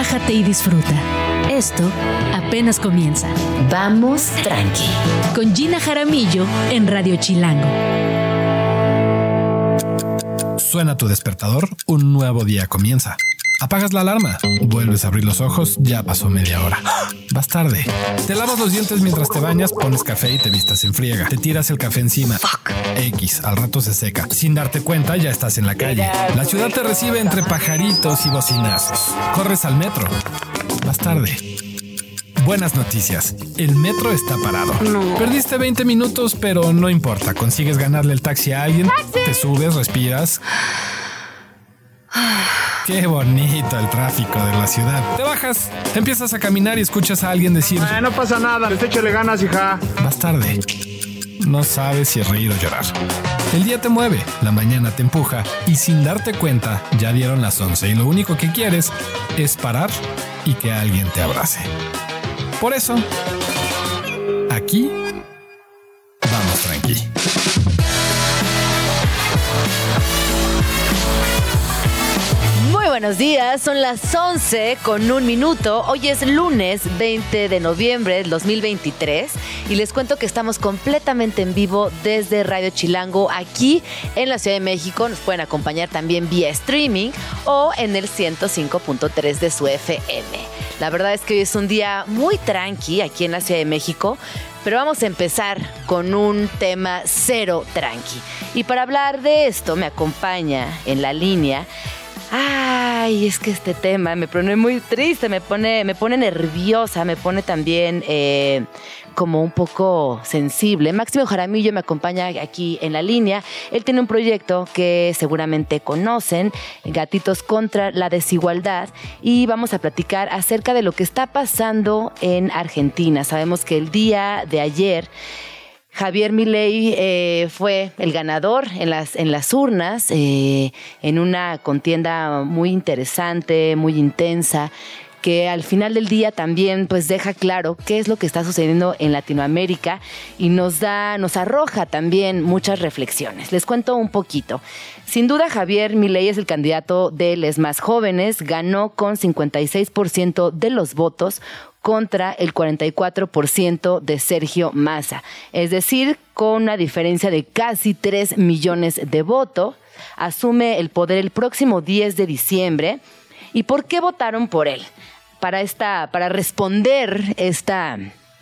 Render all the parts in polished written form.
relájate y disfruta. Esto apenas comienza. Vamos tranqui. Con Gina Jaramillo en Radio Chilango. Suena tu despertador, un nuevo día comienza. Apagas la alarma, vuelves a abrir los ojos, ya pasó media hora. Vas tarde. Te lavas los dientes mientras te bañas, pones café y te vistas en friega. Te tiras el café encima. X, al rato se seca. Sin darte cuenta, ya estás en la calle. La ciudad te recibe entre pajaritos y bocinazos. Corres al metro. Vas tarde. Buenas noticias. El metro está parado. No. Perdiste 20 minutos, pero no importa. Consigues ganarle el taxi a alguien. Te subes, respiras. Qué bonito el tráfico de la ciudad. Te bajas, empiezas a caminar y escuchas a alguien decir: no pasa nada, échale ganas, hija. Vas tarde. No sabes si es reír o llorar. El día te mueve, la mañana te empuja y sin darte cuenta ya dieron las 11 y lo único que quieres es parar y que alguien te abrace. Por eso, aquí vamos tranqui. Muy buenos días, son las 11:01. Hoy es lunes 20 de noviembre del 2023 y les cuento que estamos completamente en vivo desde Radio Chilango aquí en la Ciudad de México. Nos pueden acompañar también vía streaming o en el 105.3 de su FM. La verdad es que hoy es un día muy tranqui aquí en la Ciudad de México, pero vamos a empezar con un tema cero tranqui. Y para hablar de esto me acompaña en la línea. Ay, es que este tema me pone muy triste, me pone nerviosa, me pone también como un poco sensible. Máximo Jaramillo me acompaña aquí en la línea. Él tiene un proyecto que seguramente conocen, Gatitos contra la Desigualdad, y vamos a platicar acerca de lo que está pasando en Argentina. Sabemos que el día de ayer Javier Milei fue el ganador en las urnas, en una contienda muy interesante, muy intensa, que al final del día también pues deja claro qué es lo que está sucediendo en Latinoamérica y nos arroja también muchas reflexiones. Les cuento un poquito. Sin duda, Javier Milei es el candidato de los más jóvenes, ganó con 56% de los votos contra el 44% de Sergio Massa. Es decir, con una diferencia de casi 3 millones de votos. Asume el poder el próximo 10 de diciembre. ¿Y por qué votaron por él? Para responder esta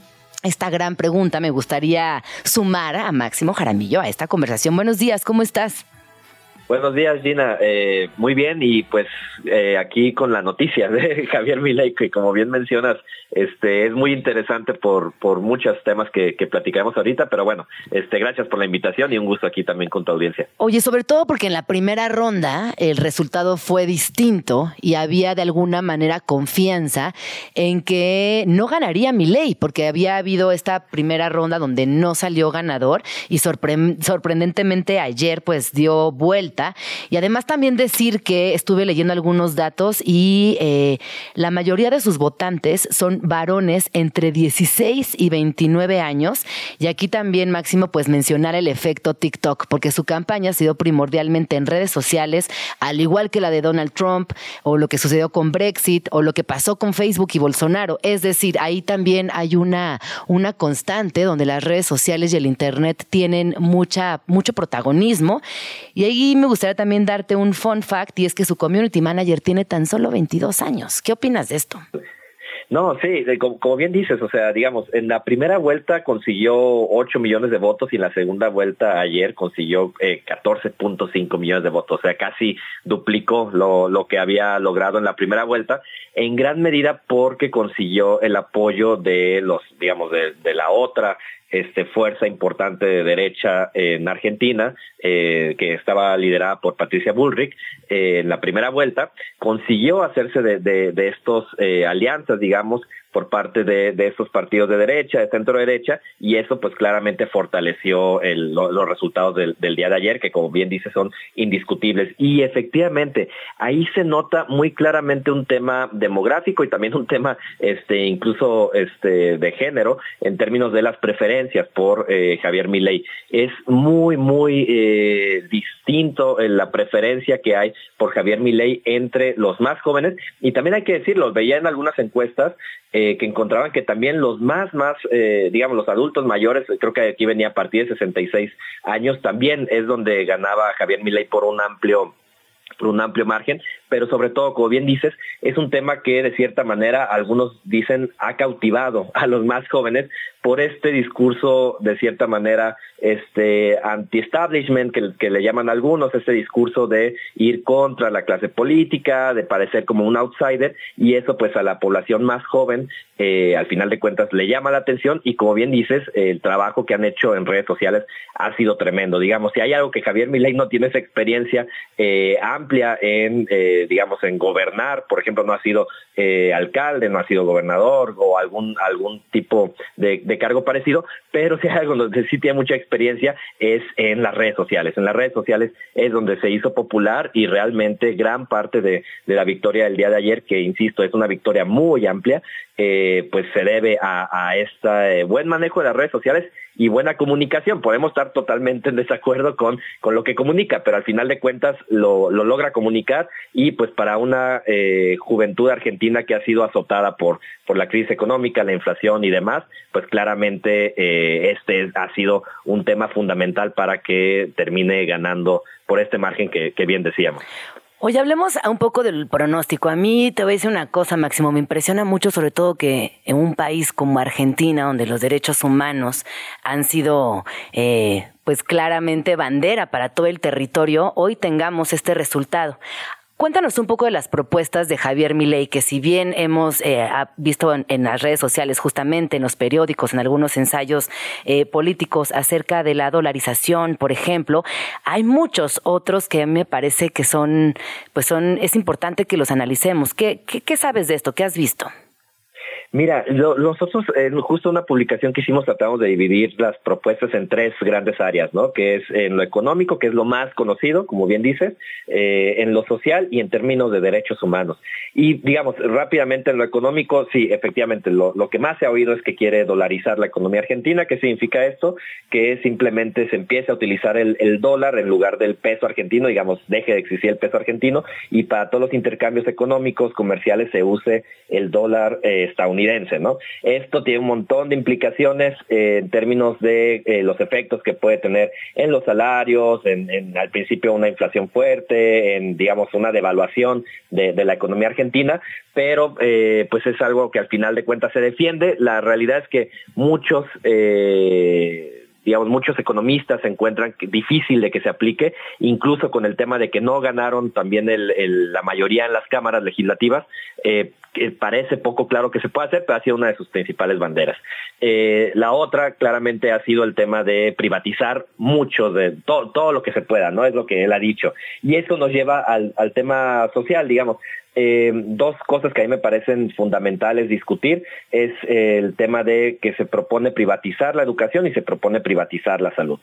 gran pregunta, me gustaría sumar a Máximo Jaramillo a esta conversación. Buenos días, ¿cómo estás? Buenos días, Gina. Muy bien, y pues aquí con la noticia de Javier Milei, que como bien mencionas, es muy interesante por muchos temas que platicaremos ahorita, pero bueno, gracias por la invitación y un gusto aquí también con tu audiencia. Oye, sobre todo porque en la primera ronda el resultado fue distinto y había de alguna manera confianza en que no ganaría Milei, porque había habido esta primera ronda donde no salió ganador y sorprendentemente ayer pues dio vuelta. Y además también decir que estuve leyendo algunos datos y la mayoría de sus votantes son varones entre 16 y 29 años. Y aquí también, Máximo, pues mencionar el efecto TikTok, porque su campaña ha sido primordialmente en redes sociales, al igual que la de Donald Trump, o lo que sucedió con Brexit, o lo que pasó con Facebook y Bolsonaro. Es decir, ahí también hay una constante donde las redes sociales y el internet tienen mucho protagonismo. Y ahí me gustaría también darte un fun fact, y es que su community manager tiene tan solo 22 años. ¿Qué opinas de esto? No, sí, como bien dices, o sea, digamos, en la primera vuelta consiguió 8 millones de votos y en la segunda vuelta ayer consiguió 14.5 millones de votos, o sea, casi duplicó lo que había logrado en la primera vuelta, en gran medida porque consiguió el apoyo de de la otra fuerza importante de derecha en Argentina, que estaba liderada por Patricia Bullrich en la primera vuelta. Consiguió hacerse de estos alianzas, digamos, por parte de estos partidos de derecha, de centro derecha, y eso pues claramente fortaleció los resultados del día de ayer, que como bien dice son indiscutibles. Y efectivamente, ahí se nota muy claramente un tema demográfico y también un tema incluso de género en términos de las preferencias por Javier Milei. Es muy, muy distinto distinto la preferencia que hay por Javier Milei entre los más jóvenes, y también hay que decirlo, veía en algunas encuestas que encontraban que también los digamos, los adultos mayores, creo que aquí venía a partir de 66 años, también es donde ganaba Javier Milei por un amplio margen, pero sobre todo, como bien dices, es un tema que de cierta manera algunos dicen ha cautivado a los más jóvenes por este discurso de cierta manera anti-establishment que le llaman algunos, este discurso de ir contra la clase política, de parecer como un outsider, y eso pues a la población más joven al final de cuentas le llama la atención, y como bien dices, el trabajo que han hecho en redes sociales ha sido tremendo. Digamos, si hay algo que Javier Milei no tiene esa experiencia amplia en gobernar, por ejemplo, no ha sido alcalde, no ha sido gobernador o algún tipo de cargo parecido, pero si hay algo donde sí tiene mucha experiencia es en las redes sociales. En las redes sociales es donde se hizo popular, y realmente gran parte de la victoria del día de ayer, que insisto, es una victoria muy amplia, pues se debe a este buen manejo de las redes sociales y buena comunicación. Podemos estar totalmente en desacuerdo con lo que comunica, pero al final de cuentas lo logra comunicar, y pues para una juventud argentina que ha sido azotada por la crisis económica, la inflación y demás, pues claramente ha sido un tema fundamental para que termine ganando por este margen que bien decíamos. Oye, hablemos un poco del pronóstico. A mí te voy a decir una cosa, Máximo, me impresiona mucho, sobre todo que en un país como Argentina, donde los derechos humanos han sido pues claramente bandera para todo el territorio, hoy tengamos este resultado. Cuéntanos un poco de las propuestas de Javier Milei, que si bien hemos visto en las redes sociales, justamente en los periódicos, en algunos ensayos políticos acerca de la dolarización, por ejemplo, hay muchos otros que me parece que es importante que los analicemos. ¿Qué sabes de esto? ¿Qué has visto? Mira, nosotros en justo una publicación que hicimos tratamos de dividir las propuestas en tres grandes áreas, ¿no? Que es en lo económico, que es lo más conocido, como bien dices, en lo social y en términos de derechos humanos. Y digamos, rápidamente en lo económico, sí, efectivamente, lo que más se ha oído es que quiere dolarizar la economía argentina. ¿Qué significa esto? Que simplemente se empiece a utilizar el dólar en lugar del peso argentino, digamos, deje de existir el peso argentino, y para todos los intercambios económicos, comerciales, se use el dólar estadounidense, ¿no? Esto tiene un montón de implicaciones en términos de los efectos que puede tener en los salarios, al principio una inflación fuerte, en digamos una devaluación de la economía argentina, pero pues es algo que al final de cuentas se defiende. La realidad es que muchos economistas se encuentran difícil de que se aplique, incluso con el tema de que no ganaron también la mayoría en las cámaras legislativas, que parece poco claro que se puede hacer, pero ha sido una de sus principales banderas. La otra claramente ha sido el tema de privatizar mucho de todo lo que se pueda, ¿no? Es lo que él ha dicho. Y eso nos lleva al tema social, digamos. Dos cosas que a mí me parecen fundamentales discutir es el tema de que se propone privatizar la educación y se propone privatizar la salud.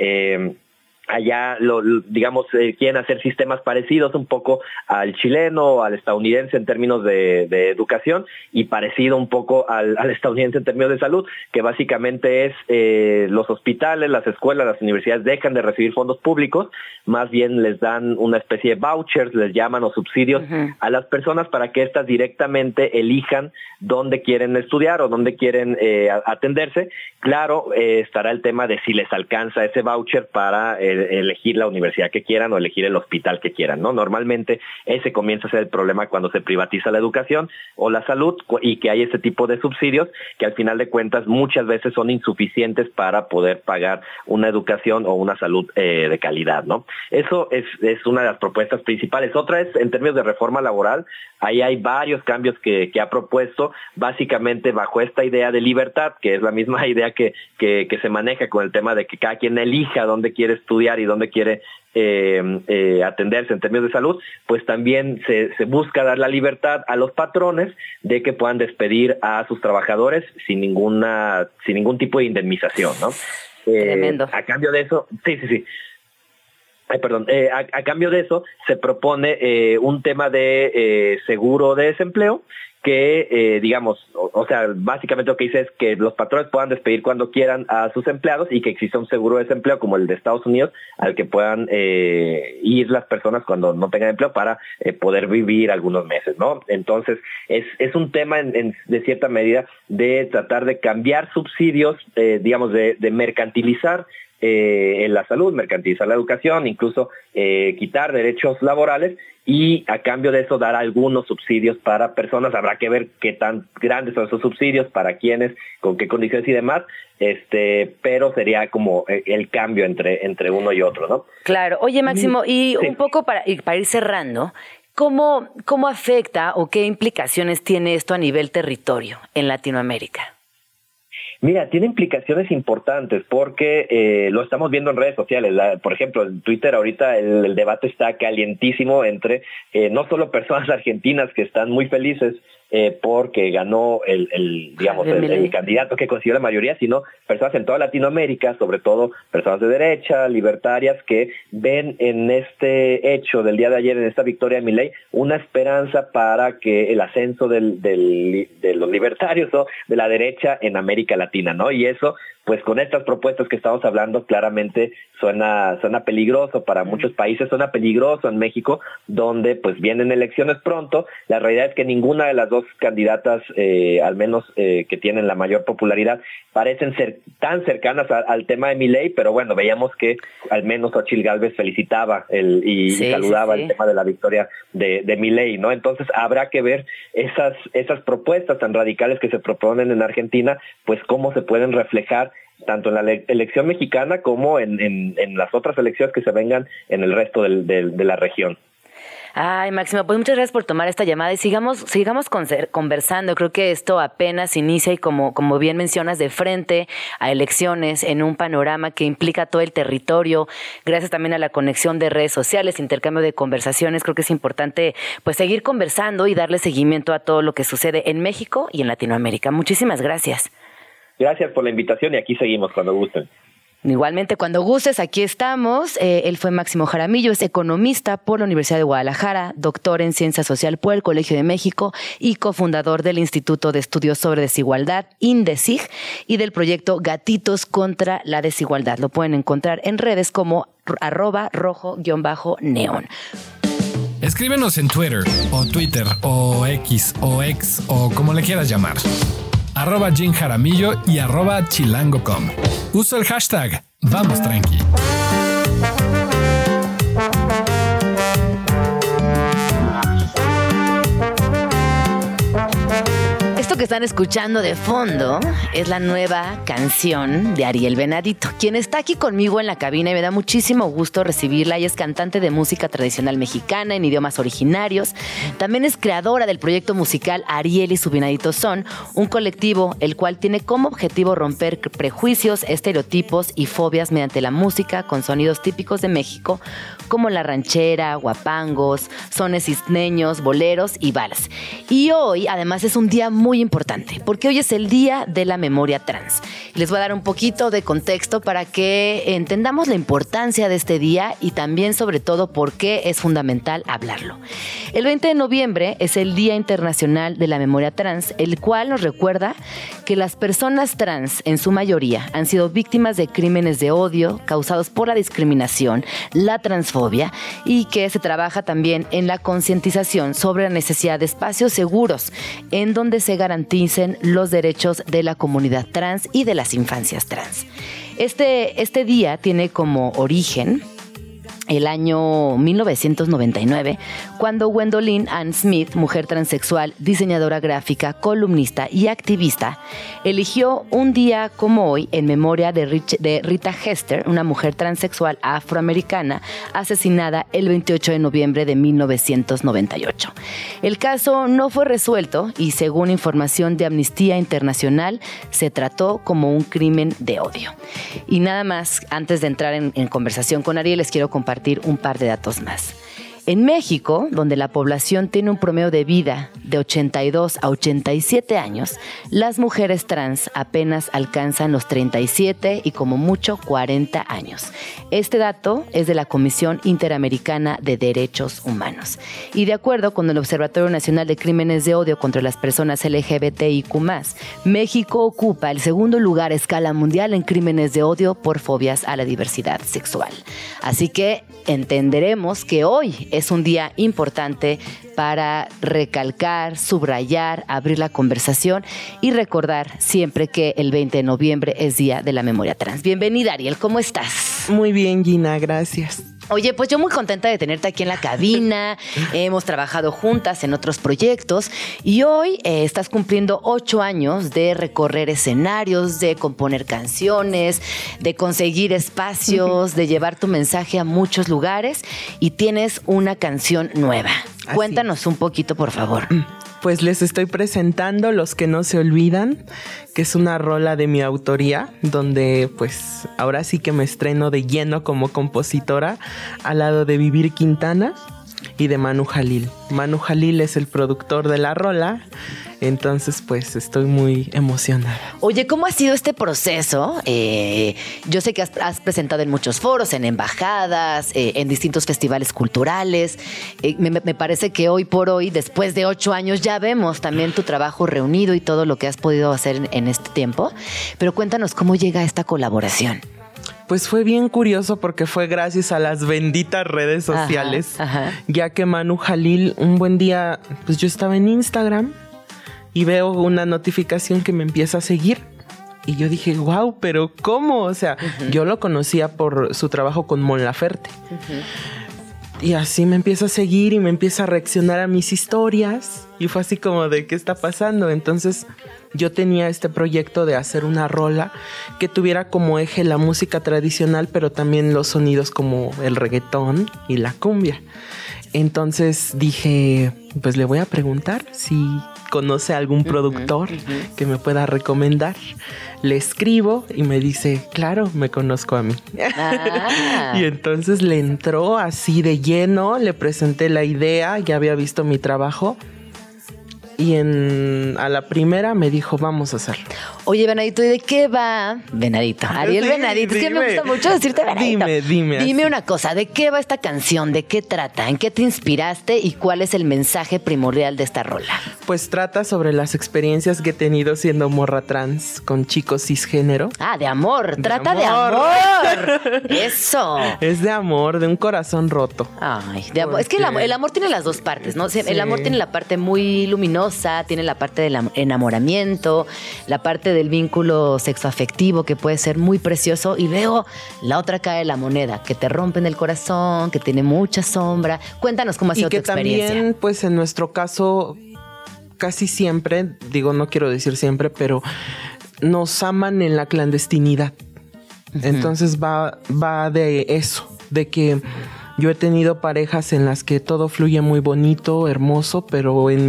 Allá, quieren hacer sistemas parecidos un poco al chileno, al estadounidense en términos de educación, y parecido un poco al estadounidense en términos de salud, que básicamente es los hospitales, las escuelas, las universidades dejan de recibir fondos públicos, más bien les dan una especie de vouchers, les llaman, o subsidios a las personas para que éstas directamente elijan dónde quieren estudiar o dónde quieren atenderse. Claro, estará el tema de si les alcanza ese voucher para elegir la universidad que quieran o elegir el hospital que quieran, ¿no? Normalmente ese comienza a ser el problema cuando se privatiza la educación o la salud, y que hay ese tipo de subsidios que al final de cuentas muchas veces son insuficientes para poder pagar una educación o una salud de calidad, ¿no? Eso es una de las propuestas principales. Otra es en términos de reforma laboral. Ahí hay varios cambios que ha propuesto, básicamente bajo esta idea de libertad, que es la misma idea que se maneja con el tema de que cada quien elija dónde quiere estudiar y dónde quiere atenderse en términos de salud. Pues también se busca dar la libertad a los patrones de que puedan despedir a sus trabajadores sin ningún tipo de indemnización, ¿no? Tremendo. A cambio de eso, sí. A cambio de eso se propone un tema de seguro de desempleo que, básicamente lo que dice es que los patrones puedan despedir cuando quieran a sus empleados y que exista un seguro de desempleo como el de Estados Unidos al que puedan ir las personas cuando no tengan empleo para poder vivir algunos meses, ¿no? Entonces, es un tema de cierta medida de tratar de cambiar subsidios, de mercantilizar la salud, mercantilizar la educación, incluso quitar derechos laborales y a cambio de eso dar algunos subsidios para personas. Habrá que ver qué tan grandes son esos subsidios, para quiénes, con qué condiciones y demás, pero sería como el cambio entre uno y otro, ¿no? Claro. Oye, Máximo, y sí. Un poco para ir cerrando, ¿cómo afecta o qué implicaciones tiene esto a nivel territorio en Latinoamérica? Mira, tiene implicaciones importantes porque lo estamos viendo en redes sociales. Por ejemplo, en Twitter ahorita el debate está calientísimo entre no solo personas argentinas que están muy felices porque ganó el candidato que consiguió la mayoría, sino personas en toda Latinoamérica, sobre todo personas de derecha, libertarias, que ven en este hecho del día de ayer, en esta victoria de Milei, una esperanza para que el ascenso de los libertarios o de la derecha en América Latina, ¿no? Y eso, pues con estas propuestas que estamos hablando, claramente suena peligroso para muchos países, suena peligroso en México, donde pues vienen elecciones pronto. La realidad es que ninguna de las dos candidatas, al menos que tienen la mayor popularidad, parecen ser tan cercanas al tema de Milei, pero bueno, veíamos que al menos Xochitl Gálvez felicitaba y saludaba el tema de la victoria de Milei, ¿no? Entonces habrá que ver esas propuestas tan radicales que se proponen en Argentina, pues cómo se pueden reflejar tanto en la elección mexicana como en las otras elecciones que se vengan en el resto de la región. Ay, Máximo, pues muchas gracias por tomar esta llamada y sigamos conversando. Creo que esto apenas inicia y como bien mencionas, de frente a elecciones en un panorama que implica todo el territorio, gracias también a la conexión de redes sociales, intercambio de conversaciones. Creo que es importante pues seguir conversando y darle seguimiento a todo lo que sucede en México y en Latinoamérica. Muchísimas gracias. Gracias por la invitación y aquí seguimos cuando gusten. Igualmente, cuando gustes, aquí estamos. Él fue Máximo Jaramillo, es economista por la Universidad de Guadalajara, doctor en Ciencia Social por el Colegio de México y cofundador del Instituto de Estudios sobre Desigualdad, INDECIG, y del proyecto Gatitos contra la Desigualdad. Lo pueden encontrar en redes como @rojo_neón. Escríbenos en Twitter o X o como le quieras llamar. @JimJaramillo y @chilango.com. Usa el hashtag Vamos Tranqui. Esto que están escuchando de fondo es la nueva canción de Ariel Venadito, quien está aquí conmigo en la cabina y me da muchísimo gusto recibirla. Ella es cantante de música tradicional mexicana en idiomas originarios. También es creadora del proyecto musical Ariel y su Venadito Son, un colectivo el cual tiene como objetivo romper prejuicios, estereotipos y fobias mediante la música con sonidos típicos de México, como la ranchera, guapangos, sones isleños, boleros y vals. Y hoy, además, es un día muy importante, porque hoy es el Día de la Memoria Trans. Les voy a dar un poquito de contexto para que entendamos la importancia de este día y también, sobre todo, por qué es fundamental hablarlo. El 20 de noviembre es el Día Internacional de la Memoria Trans, el cual nos recuerda que las personas trans, en su mayoría, han sido víctimas de crímenes de odio causados por la discriminación, la transfobia, y que se trabaja también en la concientización sobre la necesidad de espacios seguros en donde se garanticen los derechos de la comunidad trans y de las infancias trans. Este día tiene como origen el año 1999, cuando Gwendolyn Ann Smith, mujer transexual, diseñadora gráfica, columnista y activista, eligió un día como hoy en memoria de Rita Hester, una mujer transexual afroamericana asesinada el 28 de noviembre de 1998. El caso no fue resuelto y, según información de Amnistía Internacional, se trató como un crimen de odio. Y nada más, antes de entrar en conversación con Ariel, les quiero compartir un par de datos más. En México, donde la población tiene un promedio de vida de 82 a 87 años, las mujeres trans apenas alcanzan los 37 y como mucho 40 años. Este dato es de la Comisión Interamericana de Derechos Humanos. Y de acuerdo con el Observatorio Nacional de Crímenes de Odio contra las Personas LGBTIQ+, México ocupa el segundo lugar a escala mundial en crímenes de odio por fobias a la diversidad sexual. Así que entenderemos que hoy es un día importante para recalcar, subrayar, abrir la conversación y recordar siempre que el 20 de noviembre es Día de la Memoria Trans. Bienvenida, Ariel, ¿cómo estás? Muy bien, Gina, gracias. Oye, pues yo muy contenta de tenerte aquí en la cabina. Hemos trabajado juntas en otros proyectos y hoy estás cumpliendo 8 años de recorrer escenarios, de componer canciones, de conseguir espacios, de llevar tu mensaje a muchos lugares y tienes una canción nueva. Así. Cuéntanos un poquito, por favor. Pues les estoy presentando Los que no se olvidan, que es una rola de mi autoría, donde pues ahora sí que me estreno de lleno como compositora al lado de Vivir Quintana y de Manu Jalil. Manu Jalil es el productor de la rola, entonces pues estoy muy emocionada. Oye, ¿cómo ha sido este proceso? Yo sé que has presentado en muchos foros, en embajadas, en distintos festivales culturales. Me parece que hoy por hoy, después de 8 años, ya vemos también tu trabajo reunido y todo lo que has podido hacer en este tiempo. Pero cuéntanos cómo llega esta colaboración. Pues fue bien curioso porque fue gracias a las benditas redes sociales, ya que Manu Jalil, un buen día, pues yo estaba en Instagram y veo una notificación que me empieza a seguir. Y yo dije, wow, pero ¿cómo? O sea, yo lo conocía por su trabajo con Mon Laferte. Y así me empieza a seguir y me empieza a reaccionar a mis historias. Y fue así como de, ¿qué está pasando? Entonces yo tenía este proyecto de hacer una rola que tuviera como eje la música tradicional, pero también los sonidos como el reggaetón y la cumbia. Entonces dije, pues le voy a preguntar si conoce a algún productor que me pueda recomendar. Le escribo y me dice, claro, me conozco a mí. Y entonces le entró así de lleno, le presenté la idea, ya había visto mi trabajo. Y a la primera me dijo, vamos a hacerlo. Oye, Venadito, ¿y de qué va? Venadito, Ariel, sí, Venadito. Es que me gusta mucho decirte Venadito. Dime una cosa, ¿de qué va esta canción? ¿De qué trata? ¿En qué te inspiraste? ¿Y cuál es el mensaje primordial de esta rola? Pues trata sobre las experiencias que he tenido siendo morra trans con chicos cisgénero. Ah, de amor. Trata de amor. Eso. Es de amor, de un corazón roto. Ay, de amor. Es que el amor tiene las dos partes, ¿no? Sí. El amor tiene la parte muy luminosa, tiene la parte del enamoramiento, la parte del vínculo sexoafectivo que puede ser muy precioso y luego la otra cara de la moneda, que te rompen el corazón, que tiene mucha sombra. Cuéntanos cómo ha sido tu experiencia. Y que también, pues en nuestro caso, casi siempre, digo, no quiero decir siempre, pero nos aman en la clandestinidad. Entonces va de eso, de que yo he tenido parejas en las que todo fluye muy bonito, hermoso, pero en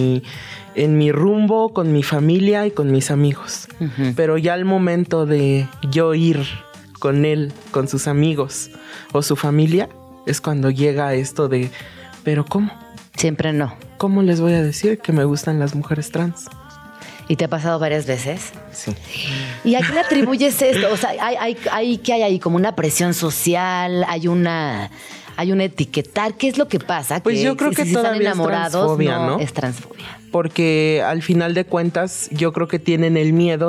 mi rumbo, con mi familia y con mis amigos. Pero ya al momento de yo ir con él, con sus amigos o su familia, es cuando llega esto de, ¿pero cómo? Siempre no. ¿Cómo les voy a decir que me gustan las mujeres trans? ¿Y te ha pasado varias veces? Sí. ¿Y a qué le atribuyes esto? O sea, ¿qué hay ahí? ¿Como una presión social? ¿Hay un etiquetar? ¿Qué es lo que pasa? Pues yo creo que todavía es transfobia, ¿no? Es transfobia. Porque al final de cuentas yo creo que tienen el miedo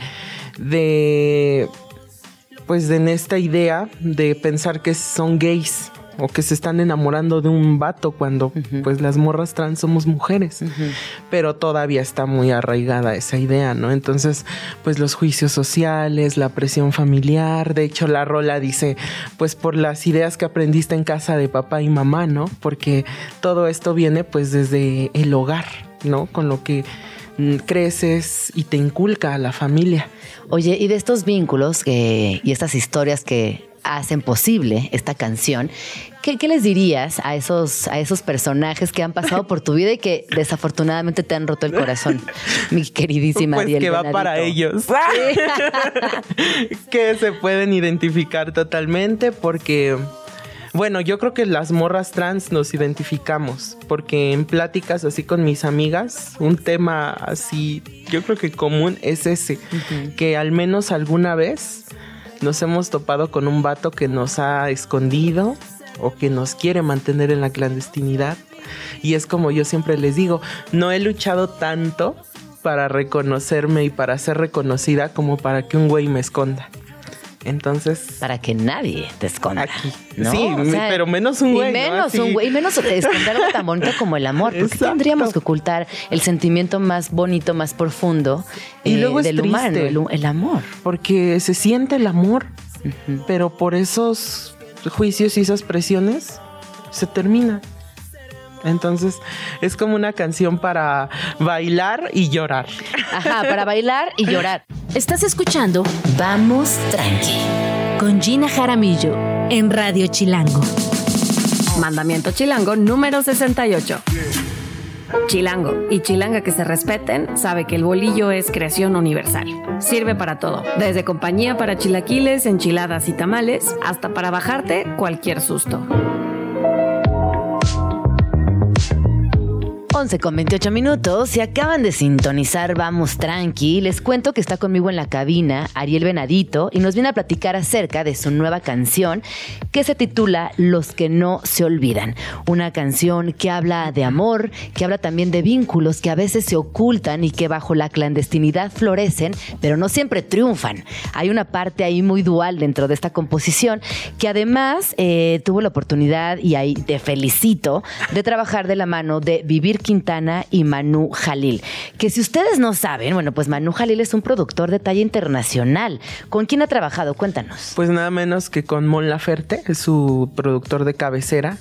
pues en esta idea de pensar que son gays o que se están enamorando de un vato cuando pues las morras trans somos mujeres. Pero todavía está muy arraigada esa idea, ¿no? Entonces, pues los juicios sociales, la presión familiar. De hecho, la rola dice, pues por las ideas que aprendiste en casa de papá y mamá, ¿no? Porque todo esto viene pues desde el hogar, ¿no? Con lo que creces y te inculca a la familia. Oye, y de estos vínculos y estas historias que hacen posible esta canción, ¿qué les dirías a esos personajes que han pasado por tu vida y que desafortunadamente te han roto el corazón, mi queridísima pues Ariel que va Venadito? Para ellos. Sí. Que se pueden identificar totalmente porque Bueno, yo creo que las morras trans nos identificamos, porque en pláticas así con mis amigas, un tema así, yo creo que común es ese, que al menos alguna vez nos hemos topado con un vato que nos ha escondido o que nos quiere mantener en la clandestinidad. Y es como yo siempre les digo, no he luchado tanto para reconocerme y para ser reconocida como para que un güey me esconda. Entonces, para que nadie te esconda. Aquí. ¿No? Sí, o sea, pero menos un güey. Y menos un güey. Y menos esconder algo tan bonito como el amor. Porque tendríamos que ocultar el sentimiento más bonito, más profundo y luego del humano, el amor. Porque se siente el amor, pero por esos juicios y esas presiones se termina. Entonces es como una canción para bailar y llorar. Ajá, para bailar y llorar. Estás escuchando Vamos Tranqui con Gina Jaramillo en Radio Chilango. Mandamiento chilango número 68. Chilango y chilanga que se respeten sabe que el bolillo es creación universal. Sirve para todo, desde compañía para chilaquiles, enchiladas y tamales, hasta para bajarte cualquier susto. 11:28. Si acaban de sintonizar Vamos Tranqui, les cuento que está conmigo en la cabina Ariel Venadito y nos viene a platicar acerca de su nueva canción que se titula Los que no se olvidan. Una canción que habla de amor, que habla también de vínculos que a veces se ocultan y que bajo la clandestinidad florecen, pero no siempre triunfan. Hay una parte ahí muy dual dentro de esta composición que además tuvo la oportunidad, y ahí te felicito, de trabajar de la mano de Vivir Quintana y Manu Jalil, que si ustedes no saben, bueno, pues Manu Jalil es un productor de talla internacional. ¿Con quién ha trabajado? Cuéntanos. Pues nada menos que con Mon Laferte, es su productor de cabecera.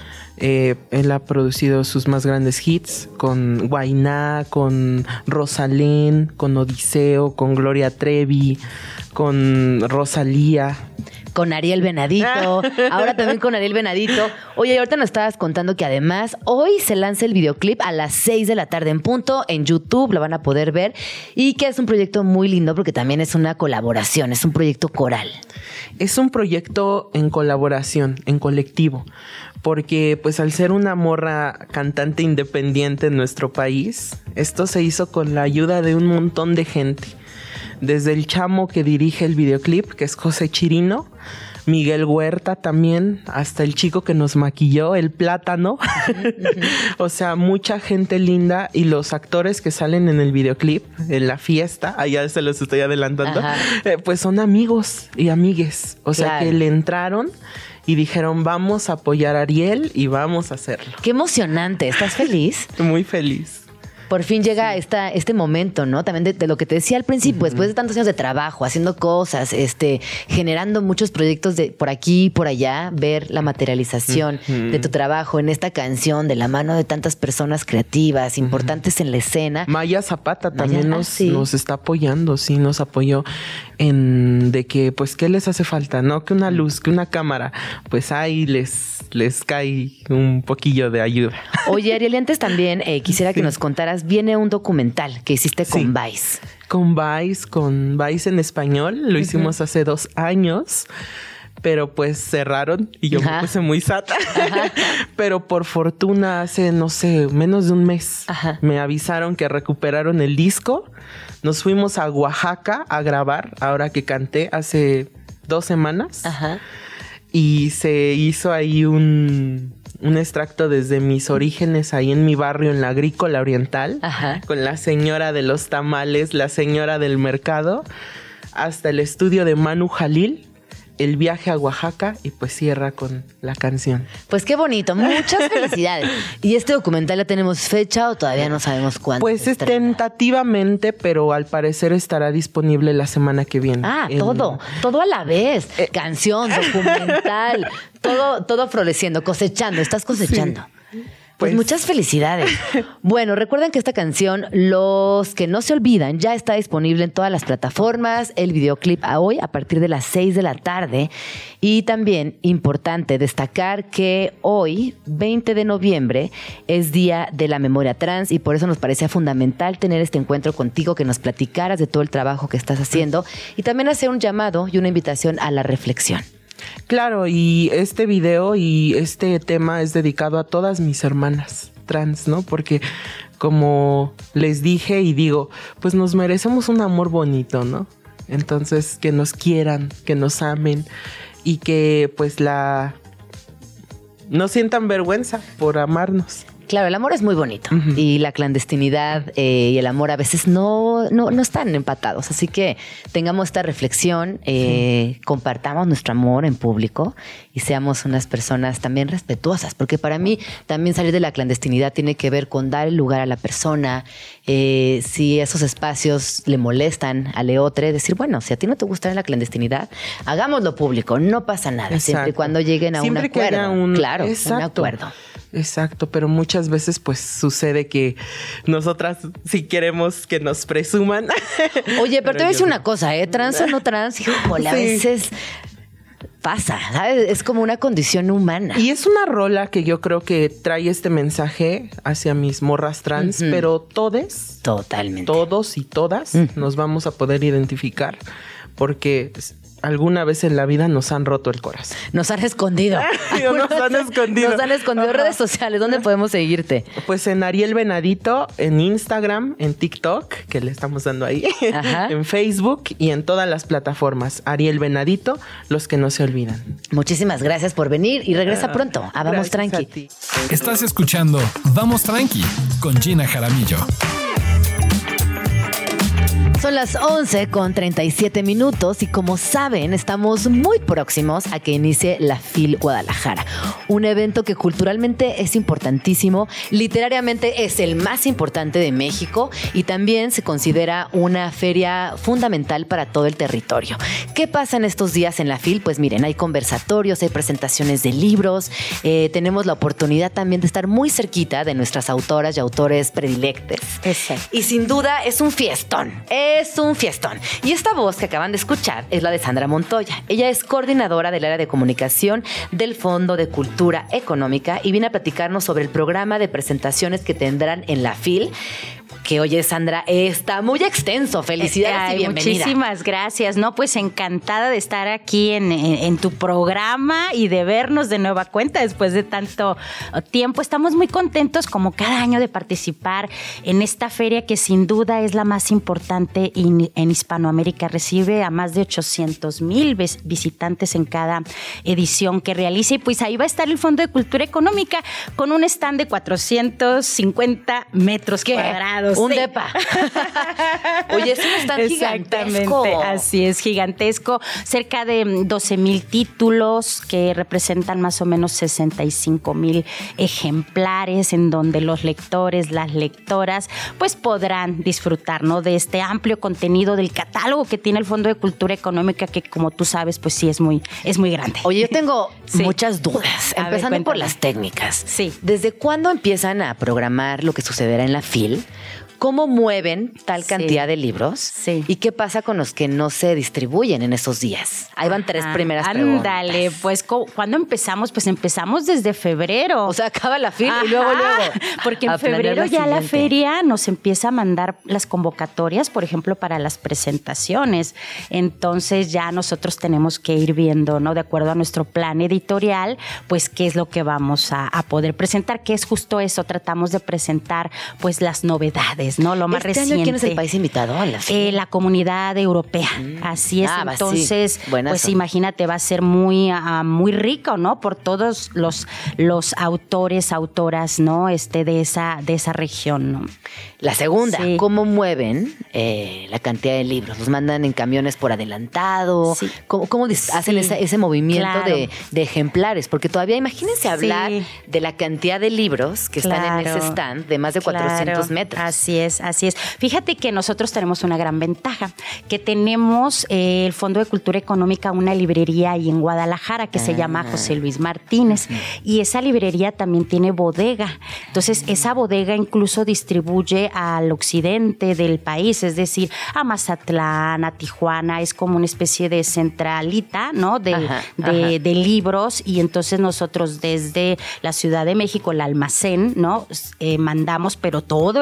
Él ha producido sus más grandes hits con Guainá, con Rosalén, con Odiseo, con Gloria Trevi, con Rosalía. Con Ariel Venadito, ahora también con Ariel Venadito. Oye, ahorita nos estabas contando que además hoy se lanza el videoclip a las 6 de la tarde en punto, en YouTube, lo van a poder ver, y que es un proyecto muy lindo porque también es una colaboración, es un proyecto coral. Es un proyecto en colaboración, en colectivo, porque pues al ser una morra cantante independiente en nuestro país, esto se hizo con la ayuda de un montón de gente. Desde el chamo que dirige el videoclip, que es José Chirino, Miguel Huerta también, hasta el chico que nos maquilló, el Plátano. O sea, mucha gente linda, y los actores que salen en el videoclip, en la fiesta, allá se los estoy adelantando, pues son amigos y amigues. O sea, que le entraron y dijeron, vamos a apoyar a Ariel y vamos a hacerlo. ¡Qué emocionante! ¿Estás feliz? Muy feliz. Por fin llega este momento, ¿no? También de lo que te decía al principio, después de tantos años de trabajo, haciendo cosas, generando muchos proyectos de por aquí y por allá, ver la materialización de tu trabajo en esta canción de la mano de tantas personas creativas, importantes en la escena. Maya Zapata también nos está apoyando, sí, nos apoyó en de que, pues, ¿qué les hace falta? ¿No? Que una luz, que una cámara, pues ahí les cae un poquillo de ayuda. Oye, Ariel, antes también quisiera que nos contaras, viene un documental que hiciste con Vice. Con Vice en español, lo hicimos hace 2 años, pero pues cerraron y yo me puse muy sata. Pero por fortuna hace, no sé, menos de un mes, me avisaron que recuperaron el disco. Nos fuimos a Oaxaca a grabar, ahora que canté, hace 2 semanas. Y se hizo ahí un extracto desde mis orígenes ahí en mi barrio, en la Agrícola Oriental, con la señora de los tamales, la señora del mercado, hasta el estudio de Manu Jalil, el viaje a Oaxaca, y pues cierra con la canción. Pues qué bonito, muchas felicidades. ¿Y este documental ya tenemos fecha o todavía no sabemos cuándo? Pues es tentativamente, pero al parecer estará disponible la semana que viene. Todo a la vez. Canción, documental, todo floreciendo, cosechando, estás cosechando. Sí. Pues muchas felicidades. Bueno, recuerden que esta canción, Los que no se olvidan, ya está disponible en todas las plataformas. El videoclip hoy a partir de las 6 de la tarde. Y también importante destacar que hoy, 20 de noviembre, es Día de la Memoria Trans, y por eso nos parecía fundamental tener este encuentro contigo, que nos platicaras de todo el trabajo que estás haciendo y también hacer un llamado y una invitación a la reflexión. Claro, y este video y este tema es dedicado a todas mis hermanas trans, ¿no? Porque como les dije y digo, pues nos merecemos un amor bonito, ¿no? Entonces, que nos quieran, que nos amen y que pues no sientan vergüenza por amarnos. Claro, el amor es muy bonito y la clandestinidad y el amor a veces no están empatados. Así que tengamos esta reflexión, compartamos nuestro amor en público y seamos unas personas también respetuosas. Porque para mí también salir de la clandestinidad tiene que ver con dar el lugar a la persona. Si esos espacios le molestan a Leotre, decir, bueno, si a ti no te gusta la clandestinidad, hagámoslo público, no pasa nada. Exacto. Siempre y cuando lleguen a un acuerdo. Claro, un acuerdo. Exacto, pero muchas veces pues sucede que nosotras sí queremos que nos presuman. Oye, pero te voy a decir una cosa, trans o no trans, híjole, a veces pasa, ¿sabes? Es como una condición humana. Y es una rola que yo creo que trae este mensaje hacia mis morras trans, pero todos y todas nos vamos a poder identificar porque alguna vez en la vida nos han roto el corazón. Nos han escondido. Nos han escondido. Redes sociales, ¿dónde podemos seguirte? Pues en Ariel Venadito, en Instagram, en TikTok, que le estamos dando ahí, en Facebook y en todas las plataformas. Ariel Venadito, los que no se olvidan. Muchísimas gracias por venir y regresa pronto a Vamos Tranqui. Estás escuchando Vamos Tranqui con Gina Jaramillo. Son las 11:37 y como saben, estamos muy próximos a que inicie la FIL Guadalajara. Un evento que culturalmente es importantísimo, literariamente es el más importante de México y también se considera una feria fundamental para todo el territorio. ¿Qué pasa en estos días en la FIL? Pues miren, hay conversatorios, hay presentaciones de libros, tenemos la oportunidad también de estar muy cerquita de nuestras autoras y autores predilectos. Exacto. Y sin duda es un fiestón. Es un fiestón. Y esta voz que acaban de escuchar es la de Sandra Montoya. Ella es coordinadora del área de comunicación del Fondo de Cultura Económica y viene a platicarnos sobre el programa de presentaciones que tendrán en la FIL. Que oye, Sandra, está muy extenso. Felicidades y bienvenida. Muchísimas gracias. No, pues encantada de estar aquí en tu programa y de vernos de nueva cuenta después de tanto tiempo. Estamos muy contentos como cada año de participar en esta feria que sin duda es la más importante en Hispanoamérica. Recibe a más de 800,000 visitantes en cada edición que realiza y pues ahí va a estar el Fondo de Cultura Económica con un stand de 450 metros cuadrados. Un depa. Oye, es un stand gigantesco. Así es, gigantesco. Cerca de 12,000 títulos que representan más o menos 65,000 ejemplares en donde los lectores, las lectoras, pues podrán disfrutar, ¿no? De este amplio contenido del catálogo que tiene el Fondo de Cultura Económica que, como tú sabes, pues sí es muy grande. Oye, yo tengo muchas dudas, empezando por las técnicas. Sí. ¿Desde cuándo empiezan a programar lo que sucederá en la FIL? ¿Cómo mueven tal cantidad de libros? Sí. ¿Y qué pasa con los que no se distribuyen en esos días? Ahí van tres primeras preguntas. Ándale, pues ¿cuándo empezamos? Pues empezamos desde febrero. O sea, acaba la FIL y luego. Porque en febrero ya la feria nos empieza a mandar las convocatorias, por ejemplo, para las presentaciones. Entonces ya nosotros tenemos que ir viendo, ¿no? De acuerdo a nuestro plan editorial, pues qué es lo que vamos a poder presentar, que es justo eso. Tratamos de presentar pues las novedades, ¿no? Lo más reciente. Año, ¿quién es el país invitado a la FIL? La Comunidad Europea. Así es. Entonces, pues imagínate, va a ser muy rico, ¿no? Por todos los autores, autoras, ¿no? De esa región, ¿no? La segunda, ¿cómo mueven la cantidad de libros? ¿Los mandan en camiones por adelantado? Sí. ¿Cómo hacen ese movimiento de ejemplares? Porque todavía imagínense hablar de la cantidad de libros que están en ese stand de más de 400 metros. Así es. Fíjate que nosotros tenemos una gran ventaja, que tenemos el Fondo de Cultura Económica, una librería ahí en Guadalajara que se llama José Luis Martínez. Y esa librería también tiene bodega. Entonces, esa bodega incluso distribuye al occidente del país, es decir, a Mazatlán, a Tijuana. Es como una especie de centralita, ¿no? De libros. Y entonces nosotros desde la Ciudad de México, el almacén, ¿no? Mandamos, pero todo el año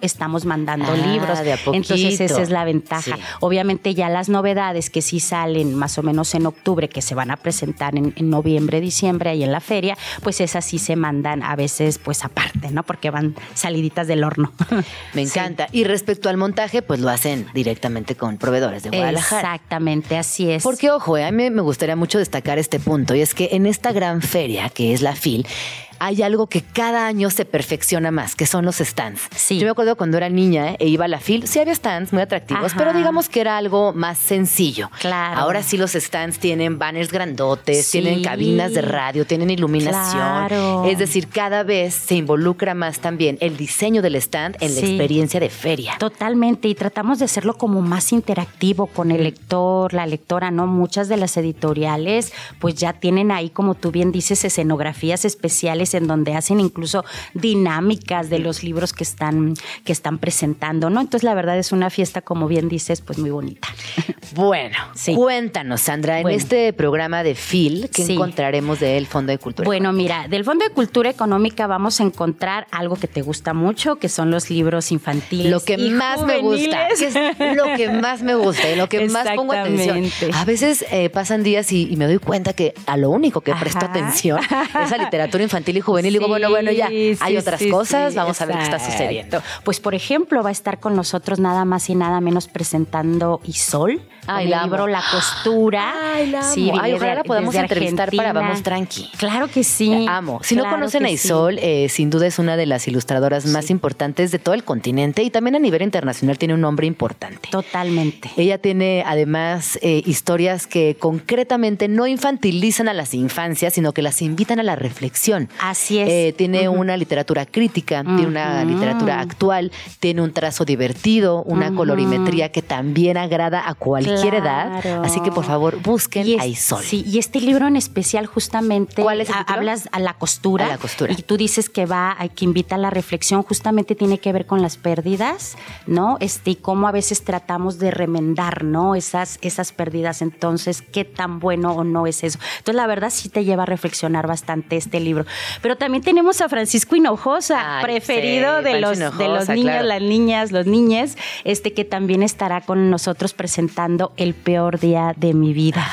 estamos mandando libros. De a poquito. Entonces esa es la ventaja. Sí. Obviamente ya las novedades que sí salen más o menos en octubre, que se van a presentar en noviembre, diciembre ahí en la feria, pues esas sí se mandan a veces pues aparte, ¿no? Porque van saliditas del horno. Me encanta. Y respecto al montaje, pues lo hacen directamente con proveedores de Guadalajara. Exactamente, así es. Porque, ojo, a mí me gustaría mucho destacar este punto, y es que en esta gran feria, que es la FIL, hay algo que cada año se perfecciona más, que son los stands. Sí. Yo me acuerdo cuando era niña e iba a la FIL, sí había stands muy atractivos, Ajá. pero digamos que era algo más sencillo. Claro. Ahora sí los stands tienen banners grandotes, Sí. tienen cabinas de radio, tienen iluminación. Claro. Es decir, cada vez se involucra más también el diseño del stand en la Sí. experiencia de feria. Totalmente, y tratamos de hacerlo como más interactivo con el lector, la lectora, ¿no? Muchas de las editoriales pues ya tienen ahí, como tú bien dices, escenografías especiales en donde hacen incluso dinámicas de los libros que están presentando, ¿no? Entonces la verdad es una fiesta, como bien dices, pues muy bonita. Bueno, Sí. cuéntanos, Sandra, en Bueno. este programa de FIL, ¿qué Sí. encontraremos del Fondo de Cultura? Bueno, mira, del Fondo de Cultura Económica vamos a encontrar algo que te gusta mucho, que son los libros infantiles. Lo que y más me gusta, juveniles. que es lo que más me gusta y lo que más pongo atención. Exactamente. A veces pasan días y me doy cuenta que a lo único que presto Ajá. atención es a literatura infantil y juvenil. Y digo, bueno, ya, hay otras cosas, vamos a ver qué está exacto. sucediendo. Pues, por ejemplo, va a estar con nosotros nada más y nada menos presentando Isol, con Ay, el la amo. libro La Costura. Ay, la amo. Sí, viene Ay, ojalá la podamos desde entrevistar para Argentina. Vamos Tranqui. Claro que sí. La amo. Si no Claro conocen que a Isol, sin duda es una de las ilustradoras más importantes de todo el continente y también a nivel internacional tiene un nombre importante. Totalmente. Ella tiene además historias que concretamente no infantilizan a las infancias, sino que las invitan a la reflexión. Así es. Tiene una literatura crítica, tiene una literatura actual, tiene un trazo divertido, una colorimetría que también agrada a cualquier edad. Claro. Así que por favor busquen a Isol. Sí, y este libro en especial justamente ¿Cuál es el título? hablas a la costura. A la costura. Y tú dices que que invita a la reflexión, justamente tiene que ver con las pérdidas, ¿no? Y cómo a veces tratamos de remendar, ¿no? Esas pérdidas. Entonces, ¿qué tan bueno o no es eso? Entonces, la verdad sí te lleva a reflexionar bastante este libro. Pero también tenemos a Francisco Hinojosa, preferido de los niños, claro. las niñas, los niñes, que también estará con nosotros presentando El peor día de mi vida.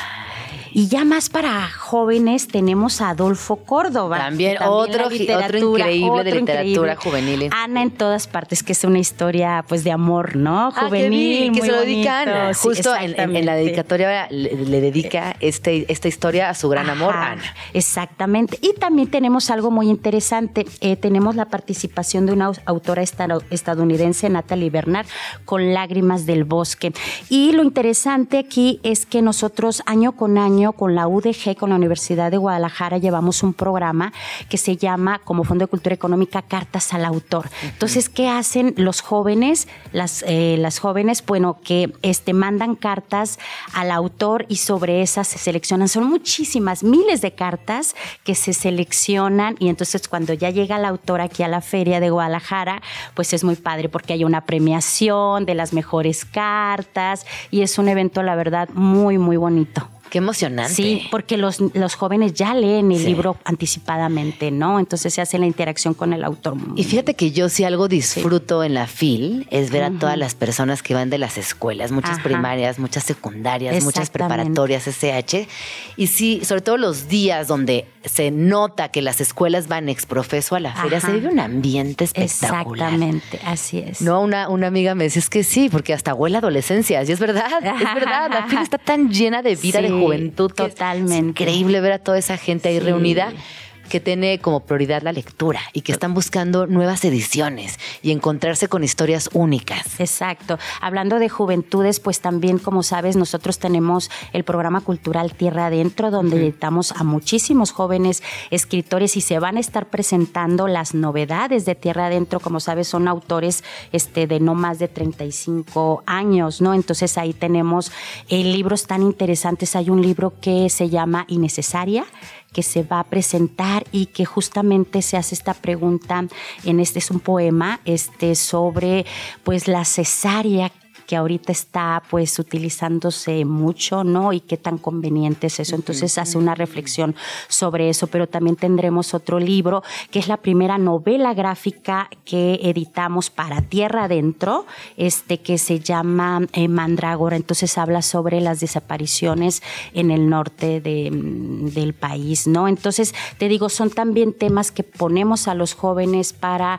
Y ya más para jóvenes tenemos a Adolfo Córdoba. También que otro increíble de literatura increíble. juvenil. Ana en todas partes, que es una historia pues de amor, ¿no? Juvenil, que muy se lo dedica a bonito. Ana. Sí, Justo en la exactamente. dedicatoria le dedica esta historia a su gran amor, Ajá, Ana. Exactamente. Y también tenemos algo muy interesante. Tenemos la participación de una autora estadounidense, Natalie Bernard, con Lágrimas del Bosque. Y lo interesante aquí es que nosotros año con año con la UDG, con la Universidad de Guadalajara, llevamos un programa que se llama, como Fondo de Cultura Económica, Cartas al Autor. Entonces, ¿qué hacen los jóvenes? Las jóvenes, bueno, que mandan cartas al autor y sobre esas se seleccionan. Son muchísimas, miles de cartas que se seleccionan y entonces cuando ya llega el autor aquí a la Feria de Guadalajara, pues es muy padre porque hay una premiación de las mejores cartas y es un evento, la verdad, muy, muy bonito. Qué emocionante. Sí, porque los jóvenes ya leen el libro anticipadamente, ¿no? Entonces se hace la interacción con el autor. Y fíjate que yo si algo disfruto en la FIL es ver a todas las personas que van de las escuelas, muchas primarias, muchas secundarias, muchas preparatorias, SH. Y sí, sobre todo los días donde se nota que las escuelas van exprofeso a la feria, se vive un ambiente espectacular. Exactamente, así es. No, una amiga me decía, es que sí, porque hasta huele a adolescencias. Y es verdad, la FIL está tan llena de vida, de juventud, que totalmente. es increíble ver a toda esa gente ahí reunida que tiene como prioridad la lectura y que están buscando nuevas ediciones y encontrarse con historias únicas. Exacto. Hablando de juventudes, pues también, como sabes, nosotros tenemos el programa cultural Tierra Adentro, donde invitamos a muchísimos jóvenes escritores y se van a estar presentando las novedades de Tierra Adentro. Como sabes, son autores de no más de 35 años, ¿no? Entonces ahí tenemos libros tan interesantes. Hay un libro que se llama Innecesaria, que se va a presentar y que justamente se hace esta pregunta es un poema sobre pues la cesárea que ahorita está pues utilizándose mucho, ¿no? Y qué tan conveniente es eso. Entonces hace una reflexión sobre eso, pero también tendremos otro libro que es la primera novela gráfica que editamos para Tierra Adentro, que se llama Mandrágora. Entonces habla sobre las desapariciones en el norte del país, ¿no? Entonces te digo, son también temas que ponemos a los jóvenes para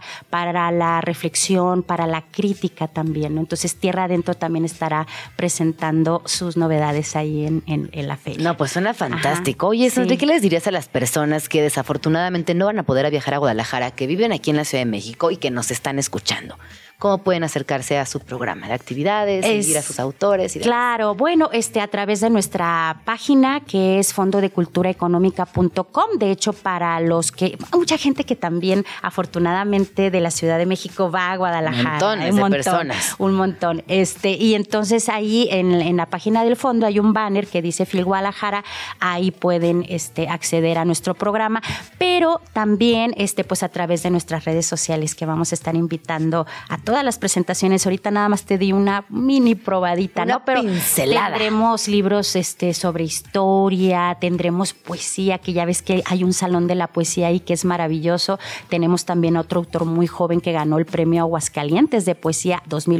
la reflexión, para la crítica también, ¿no? Entonces Tierra Adentro también estará presentando sus novedades ahí en la feria. No, pues suena fantástico. Oye, Sandra, ¿qué les dirías a las personas que desafortunadamente no van a poder viajar a Guadalajara, que viven aquí en la Ciudad de México y que nos están escuchando? ¿Cómo pueden acercarse a su programa de actividades, seguir a sus autores? Claro, bueno, a través de nuestra página, que es fondodeculturaeconómica.com. De hecho, para los que... Mucha gente que también, afortunadamente, de la Ciudad de México va a Guadalajara. Montones de personas. Un montón. Y entonces ahí en la página del fondo hay un banner que dice FIL Guadalajara. Ahí pueden acceder a nuestro programa. Pero también, pues a través de nuestras redes sociales, que vamos a estar invitando a todas las presentaciones. Ahorita nada más te di una mini probadita, una ¿no? Pero pincelada. Tendremos libros sobre historia, tendremos poesía, que ya ves que hay un salón de la poesía ahí que es maravilloso. Tenemos también otro autor muy joven que ganó el premio Aguascalientes de poesía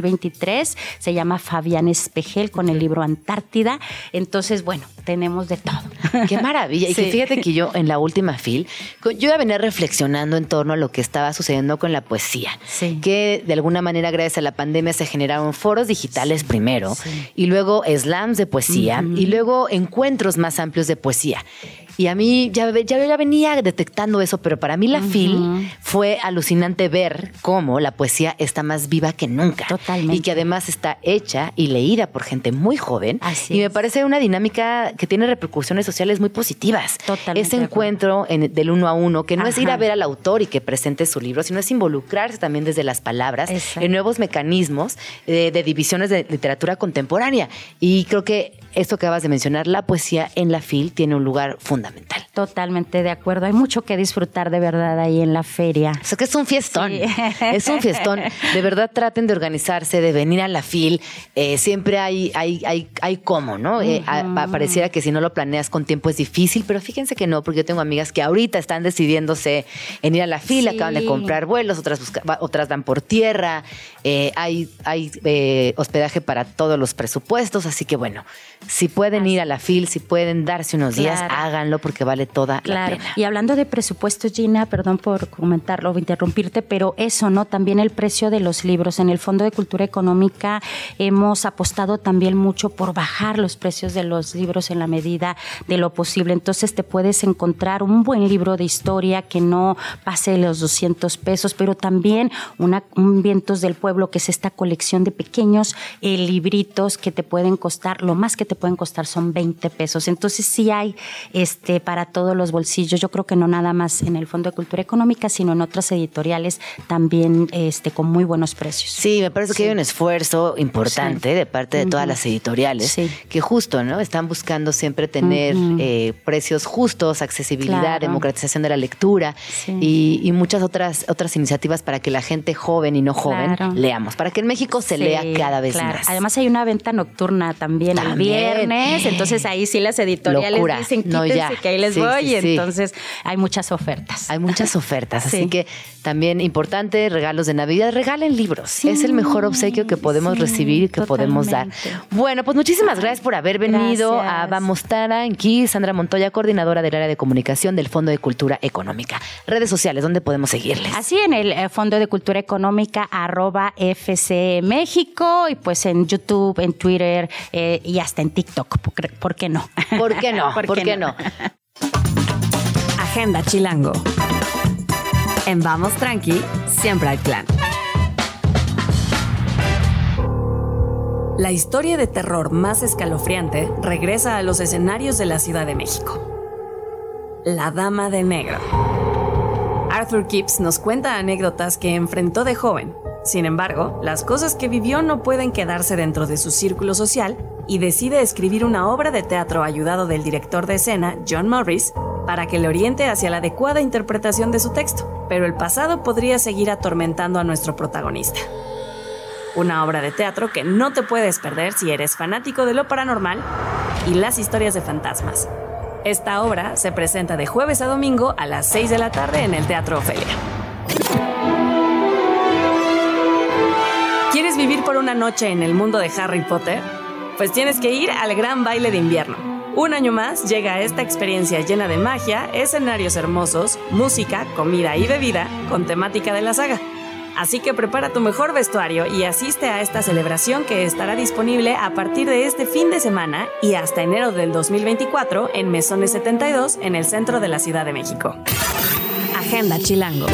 2023. Se llama Fabián Espejel con el libro Antártida. Entonces, bueno, tenemos de todo. ¡Qué maravilla! Y que fíjate que yo en la última FIL, yo ya venía reflexionando en torno a lo que estaba sucediendo con la poesía. Sí. Que de alguna manera, gracias a la pandemia, se generaron foros digitales primero, y luego slams de poesía, y luego encuentros más amplios de poesía. Y a mí ya venía detectando eso, pero para mí la FIL fue alucinante ver cómo la poesía está más viva que nunca. Totalmente. Y que además está hecha y leída por gente muy joven. Así y me parece una dinámica que tiene repercusiones sociales muy positivas. Totalmente. Ese encuentro del 1 a 1, que no es ir a ver al autor y que presente su libro, sino es involucrarse también desde las palabras en nuevos mecanismos de divisiones de literatura contemporánea. Y creo que esto que acabas de mencionar, la poesía en la FIL tiene un lugar fundamental. Totalmente de acuerdo. Hay mucho que disfrutar de verdad ahí en la feria. O sea que es un fiestón. Sí. Es un fiestón. De verdad traten de organizarse, de venir a la FIL. Siempre hay cómo, ¿no? Pareciera que si no lo planeas con tiempo es difícil, pero fíjense que no, porque yo tengo amigas que ahorita están decidiéndose en ir a la FIL, acaban de comprar vuelos, otras van por tierra. Hay hospedaje para todos los presupuestos, así que bueno, si pueden ir a la FIL, si pueden darse unos días, háganlo porque vale toda la pena. Y hablando de presupuestos, Gina, perdón por comentarlo o interrumpirte, pero eso, ¿no? También el precio de los libros. En el Fondo de Cultura Económica hemos apostado también mucho por bajar los precios de los libros en la medida de lo posible. Entonces te puedes encontrar un buen libro de historia que no pase los 200 pesos, pero también un Vientos del Pueblo, que es esta colección de pequeños libritos que te pueden costar, lo más que te pueden costar son 20 pesos. Entonces sí hay para todos los bolsillos. Yo creo que no nada más en el Fondo de Cultura Económica, sino en otras editoriales también con muy buenos precios. Sí, me parece que hay un esfuerzo importante de parte de todas las editoriales que justo, ¿no? Están buscando siempre tener precios justos, accesibilidad, democratización de la lectura y muchas otras iniciativas para que la gente joven y no joven leamos, para que en México se lea cada vez más. Además hay una venta nocturna también el viernes, entonces ahí sí las editoriales dicen quítense que ahí les voy, y entonces hay muchas ofertas. Hay muchas ofertas, así que también importante, regalos de Navidad, regalen libros. Es el mejor obsequio que podemos recibir y que podemos dar. Bueno, pues muchísimas gracias por haber venido a Vamos Tara. Aquí Sandra Montoya, coordinadora del área de comunicación del Fondo de Cultura Económica. Redes sociales, ¿dónde podemos seguirles? Así en el Fondo de Cultura Económica @FC México, y pues en YouTube, en Twitter y hasta en TikTok. ¿Por qué no? ¿Por qué no? ¿Por qué no? Agenda Chilango. En Vamos Tranqui, siempre hay plan. La historia de terror más escalofriante regresa a los escenarios de la Ciudad de México. La Dama de Negro. Arthur Kipps nos cuenta anécdotas que enfrentó de joven. Sin embargo, las cosas que vivió no pueden quedarse dentro de su círculo social y decide escribir una obra de teatro ayudado del director de escena, John Morris, para que le oriente hacia la adecuada interpretación de su texto. Pero el pasado podría seguir atormentando a nuestro protagonista. una obra de teatro que no te puedes perder si eres fanático de lo paranormal y las historias de fantasmas. Esta obra se presenta de jueves a domingo a las 6 de la tarde en el Teatro Ofelia. ¿Quieres vivir por una noche en el mundo de Harry Potter? Pues tienes que ir al Gran Baile de Invierno. Un año más llega esta experiencia llena de magia, escenarios hermosos, música, comida y bebida con temática de la saga. Así que prepara tu mejor vestuario y asiste a esta celebración que estará disponible a partir de este fin de semana y hasta enero del 2024 en Mesones 72 en el centro de la Ciudad de México. Agenda Chilango.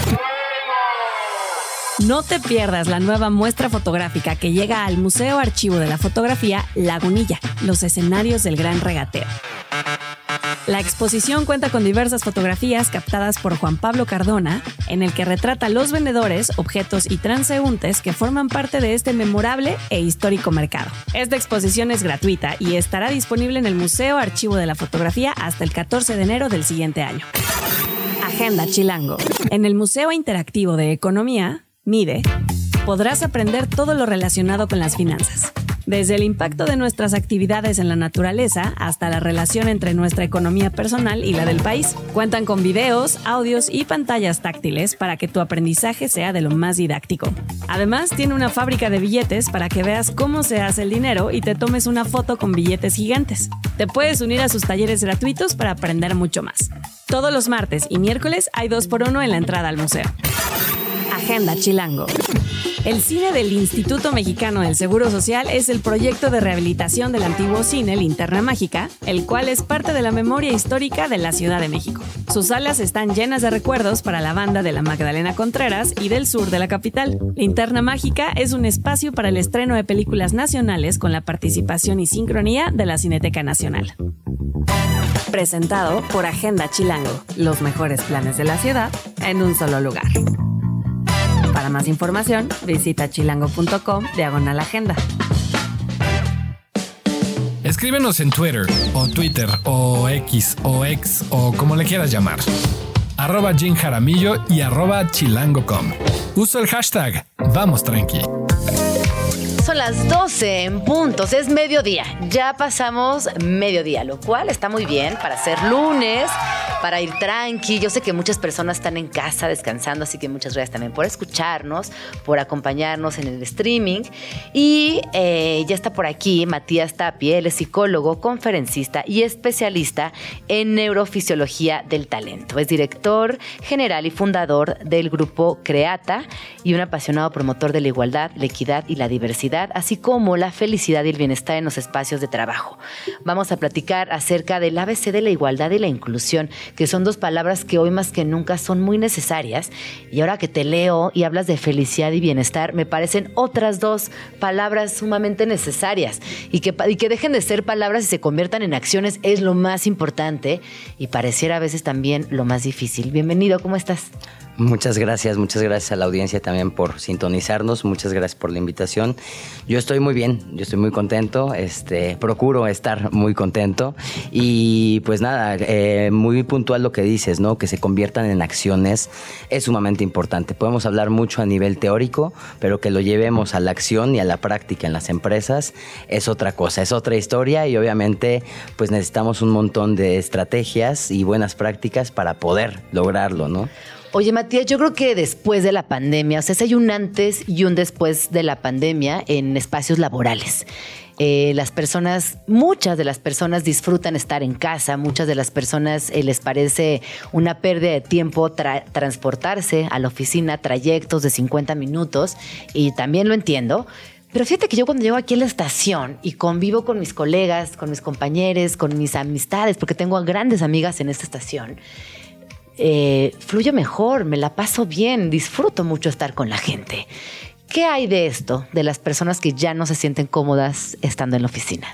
No te pierdas la nueva muestra fotográfica que llega al Museo Archivo de la Fotografía Lagunilla, los escenarios del Gran Regateo. La exposición cuenta con diversas fotografías captadas por Juan Pablo Cardona, en el que retrata los vendedores, objetos y transeúntes que forman parte de este memorable e histórico mercado. Esta exposición es gratuita y estará disponible en el Museo Archivo de la Fotografía hasta el 14 de enero del siguiente año. Agenda Chilango. En el Museo Interactivo de Economía, MIDE, podrás aprender todo lo relacionado con las finanzas. Desde el impacto de nuestras actividades en la naturaleza hasta la relación entre nuestra economía personal y la del país. Cuentan con videos, audios y pantallas táctiles para que tu aprendizaje sea de lo más didáctico. Además, tiene una fábrica de billetes para que veas cómo se hace el dinero y te tomes una foto con billetes gigantes. Te puedes unir a sus talleres gratuitos para aprender mucho más. Todos los martes y miércoles hay 2x1 en la entrada al museo. Agenda Chilango. El cine del Instituto Mexicano del Seguro Social es el proyecto de rehabilitación del antiguo cine Linterna Mágica, el cual es parte de la memoria histórica de la Ciudad de México. Sus salas están llenas de recuerdos para la banda de la Magdalena Contreras y del sur de la capital. Linterna Mágica es un espacio para el estreno de películas nacionales con la participación y sincronía de la Cineteca Nacional. Presentado por Agenda Chilango, los mejores planes de la ciudad en un solo lugar. Para más información, visita chilango.com/agenda. Escríbenos en Twitter o X o como le quieras llamar. @JinJaramillo y @chilango.com. Usa el hashtag Vamos Tranqui. Son las 12 en puntos, es mediodía. Ya pasamos mediodía, lo cual está muy bien para ser lunes, para ir tranqui. Yo sé que muchas personas están en casa descansando, así que muchas gracias también por escucharnos, por acompañarnos en el streaming. Y ya está por aquí Matías Tapie, él es psicólogo, conferencista y especialista en neurofisiología del talento. Es director general y fundador del grupo Creata y un apasionado promotor de la igualdad, la equidad y la diversidad, así como la felicidad y el bienestar en los espacios de trabajo. Vamos a platicar acerca del ABC de la igualdad y la inclusión, que son dos palabras que hoy más que nunca son muy necesarias. Y ahora que te leo y hablas de felicidad y bienestar, me parecen otras dos palabras sumamente necesarias. Y que dejen de ser palabras y se conviertan en acciones es lo más importante y pareciera a veces también lo más difícil. Bienvenido, ¿cómo estás? Muchas gracias a la audiencia también por sintonizarnos, muchas gracias por la invitación. Yo estoy muy bien, yo estoy muy contento, procuro estar muy contento y pues nada, muy puntual lo que dices, ¿no? Que se conviertan en acciones es sumamente importante. Podemos hablar mucho a nivel teórico, pero que lo llevemos a la acción y a la práctica en las empresas es otra cosa, es otra historia y obviamente pues necesitamos un montón de estrategias y buenas prácticas para poder lograrlo, ¿no? Oye, Matías, yo creo que después de la pandemia, o sea, hay un antes y un después de la pandemia en espacios laborales. Muchas de las personas disfrutan estar en casa, muchas de las personas les parece una pérdida de tiempo transportarse a la oficina, trayectos de 50 minutos, y también lo entiendo. Pero fíjate que yo cuando llego aquí a la estación y convivo con mis colegas, con mis compañeros, con mis amistades, porque tengo grandes amigas en esta estación, fluyo mejor, me la paso bien, disfruto mucho estar con la gente. ¿Qué hay de esto, de las personas que ya no se sienten cómodas estando en la oficina?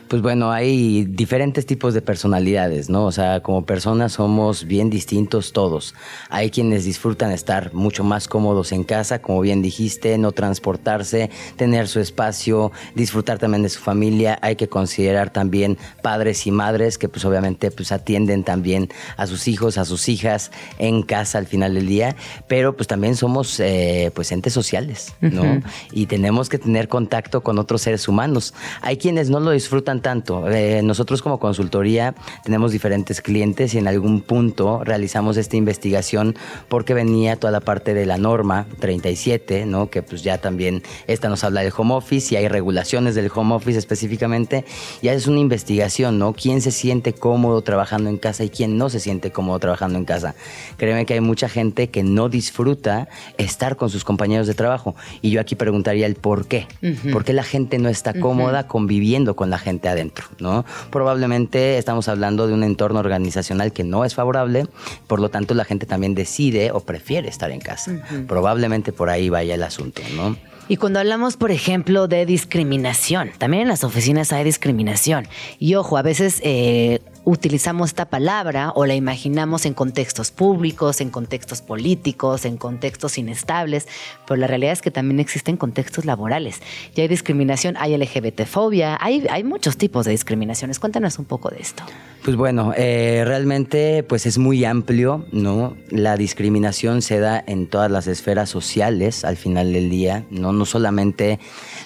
Pues bueno, hay diferentes tipos de personalidades, ¿no? O sea, como personas somos bien distintos todos. Hay quienes disfrutan estar mucho más cómodos en casa, como bien dijiste, no transportarse, tener su espacio, disfrutar también de su familia. Hay que considerar también padres y madres que pues obviamente pues atienden también a sus hijos, a sus hijas en casa al final del día, pero pues también somos pues entes sociales, ¿no? Uh-huh. Y tenemos que tener contacto con otros seres humanos. Hay quienes no lo disfrutan tanto. Nosotros como consultoría tenemos diferentes clientes y en algún punto realizamos esta investigación porque venía toda la parte de la norma 37, ¿no? Que pues ya también esta nos habla del home office y hay regulaciones del home office específicamente. Ya es una investigación, ¿no? ¿Quién se siente cómodo trabajando en casa y quién no se siente cómodo trabajando en casa? Créeme que hay mucha gente que no disfruta estar con sus compañeros de trabajo y yo aquí preguntaría el por qué. Uh-huh. ¿Por qué la gente no está cómoda conviviendo con la gente adentro, ¿no? Probablemente estamos hablando de un entorno organizacional que no es favorable, por lo tanto la gente también decide o prefiere estar en casa. Uh-huh. Probablemente por ahí vaya el asunto, ¿no? Y cuando hablamos, por ejemplo, de discriminación, también en las oficinas hay discriminación. Y ojo, a veces utilizamos esta palabra o la imaginamos en contextos públicos, en contextos políticos, en contextos inestables, pero la realidad es que también existen contextos laborales. Y hay discriminación, hay LGBT-fobia, hay muchos tipos de discriminaciones. Cuéntanos un poco de esto. Pues bueno, realmente pues es muy amplio, ¿no? La discriminación se da en todas las esferas sociales al final del día, ¿no? No solamente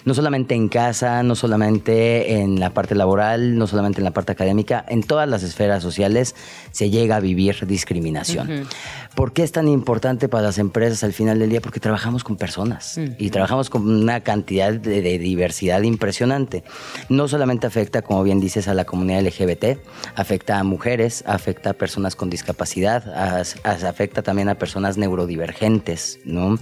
en casa, no solamente en la parte laboral, no solamente en la parte académica, en todas las esferas sociales se llega a vivir discriminación. Uh-huh. ¿Por qué es tan importante para las empresas al final del día? Porque trabajamos con personas y trabajamos con una cantidad de diversidad impresionante. No solamente afecta, como bien dices, a la comunidad LGBT, afecta a mujeres, afecta a personas con discapacidad, afecta también a personas neurodivergentes, ¿no?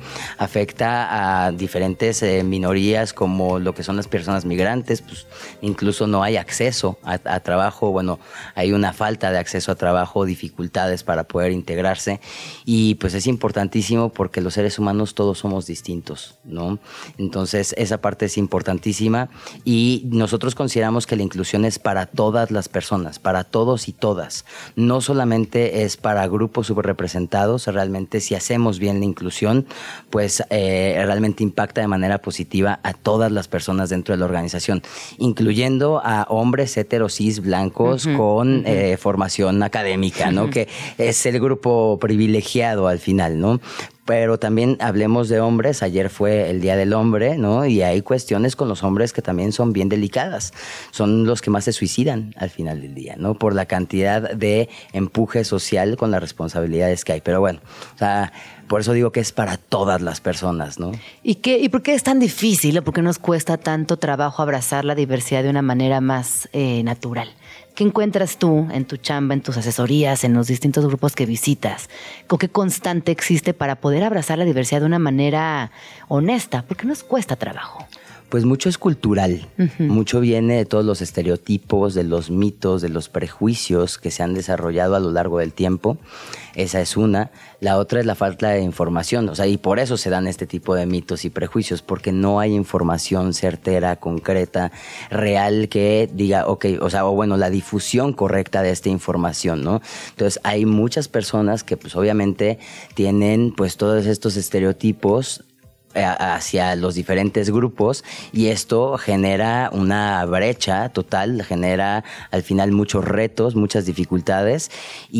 Afecta a diferentes minorías como lo que son las personas migrantes, pues incluso no hay acceso a trabajo, bueno, hay una falta de acceso a trabajo, dificultades para poder integrarse y pues es importantísimo porque los seres humanos todos somos distintos, ¿no? Entonces esa parte es importantísima y nosotros consideramos que la inclusión es para todas las personas, para todos y todas, no solamente es para grupos subrepresentados. Realmente si hacemos bien la inclusión, pues realmente impacta de manera positiva a todas las personas dentro de la organización, incluyendo a hombres heteros cis blancos con formación académica, ¿no? Que es el grupo privilegiado al final, ¿no? Pero también hablemos de hombres. Ayer fue el Día del Hombre, ¿no? Y hay cuestiones con los hombres que también son bien delicadas. Son los que más se suicidan al final del día, ¿no? Por la cantidad de empuje social con las responsabilidades que hay. Pero bueno, o sea, por eso digo que es para todas las personas, ¿no? ¿Y por qué es tan difícil o por qué nos cuesta tanto trabajo abrazar la diversidad de una manera más natural? ¿Qué encuentras tú en tu chamba, en tus asesorías, en los distintos grupos que visitas? ¿Qué constante existe para poder abrazar la diversidad de una manera honesta? ¿Por qué nos cuesta trabajo? Pues mucho es cultural, mucho viene de todos los estereotipos, de los mitos, de los prejuicios que se han desarrollado a lo largo del tiempo. Esa es una. La otra es la falta de información, o sea, y por eso se dan este tipo de mitos y prejuicios, porque no hay información certera, concreta, real que diga, la difusión correcta de esta información, ¿no? Entonces hay muchas personas que pues obviamente tienen pues todos estos estereotipos hacia los diferentes grupos y esto genera una brecha total, genera al final muchos retos, muchas dificultades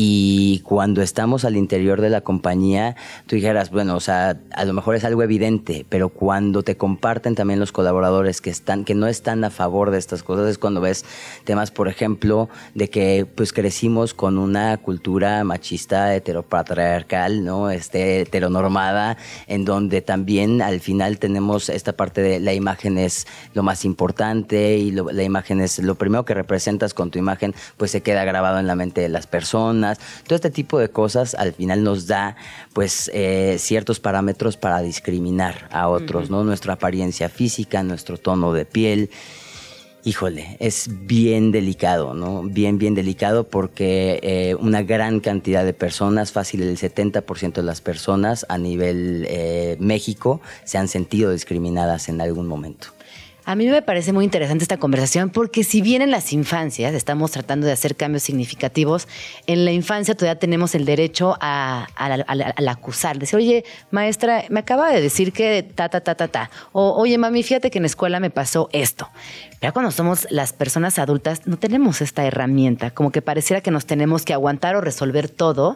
y cuando estamos al interior de la compañía tú dijeras, bueno, o sea, a lo mejor es algo evidente, pero cuando te comparten también los colaboradores que no están a favor de estas cosas es cuando ves temas, por ejemplo, de que pues crecimos con una cultura machista, heteropatriarcal, ¿no? Heteronormada, en donde también al final tenemos esta parte de la imagen es lo más importante y la imagen es lo primero que representas con tu imagen, pues se queda grabado en la mente de las personas. Todo este tipo de cosas al final nos da pues ciertos parámetros para discriminar a otros, ¿no? Nuestra apariencia física, nuestro tono de piel. Híjole, es bien delicado, ¿no? Bien delicado porque una gran cantidad de personas, fácil el 70% de las personas a nivel México se han sentido discriminadas en algún momento. A mí me parece muy interesante esta conversación porque si bien en las infancias estamos tratando de hacer cambios significativos, en la infancia todavía tenemos el derecho al acusar, decir, oye, maestra, me acaba de decir que o oye, mami, fíjate que en la escuela me pasó esto. Pero cuando somos las personas adultas no tenemos esta herramienta, como que pareciera que nos tenemos que aguantar o resolver todo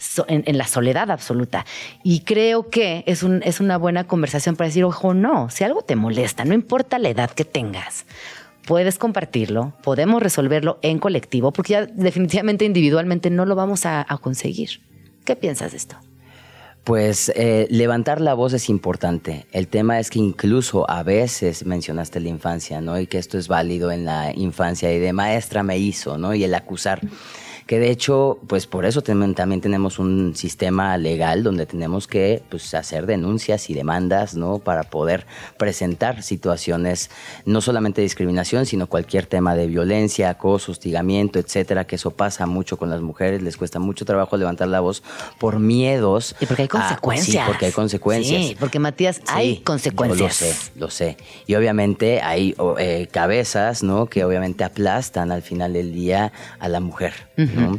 en la soledad absoluta. Y creo que es una buena conversación para decir, ojo, no, si algo te molesta, no importa la edad que tengas, puedes compartirlo, podemos resolverlo en colectivo, porque ya definitivamente individualmente no lo vamos a conseguir. ¿Qué piensas de esto? Pues levantar la voz es importante. El tema es que incluso a veces mencionaste la infancia, ¿no? Y que esto es válido en la infancia y de maestra me hizo, ¿no? Y el acusar. Que de hecho, pues por eso también tenemos un sistema legal donde tenemos que pues, hacer denuncias y demandas, ¿no? Para poder presentar situaciones, no solamente de discriminación, sino cualquier tema de violencia, acoso, hostigamiento, etcétera, que eso pasa mucho con las mujeres, les cuesta mucho trabajo levantar la voz por miedos. Y porque hay consecuencias. Sí, porque hay consecuencias. Sí, porque Matías, hay consecuencias. Lo sé. Y obviamente hay cabezas, ¿no? Que obviamente aplastan al final del día a la mujer. ¿No?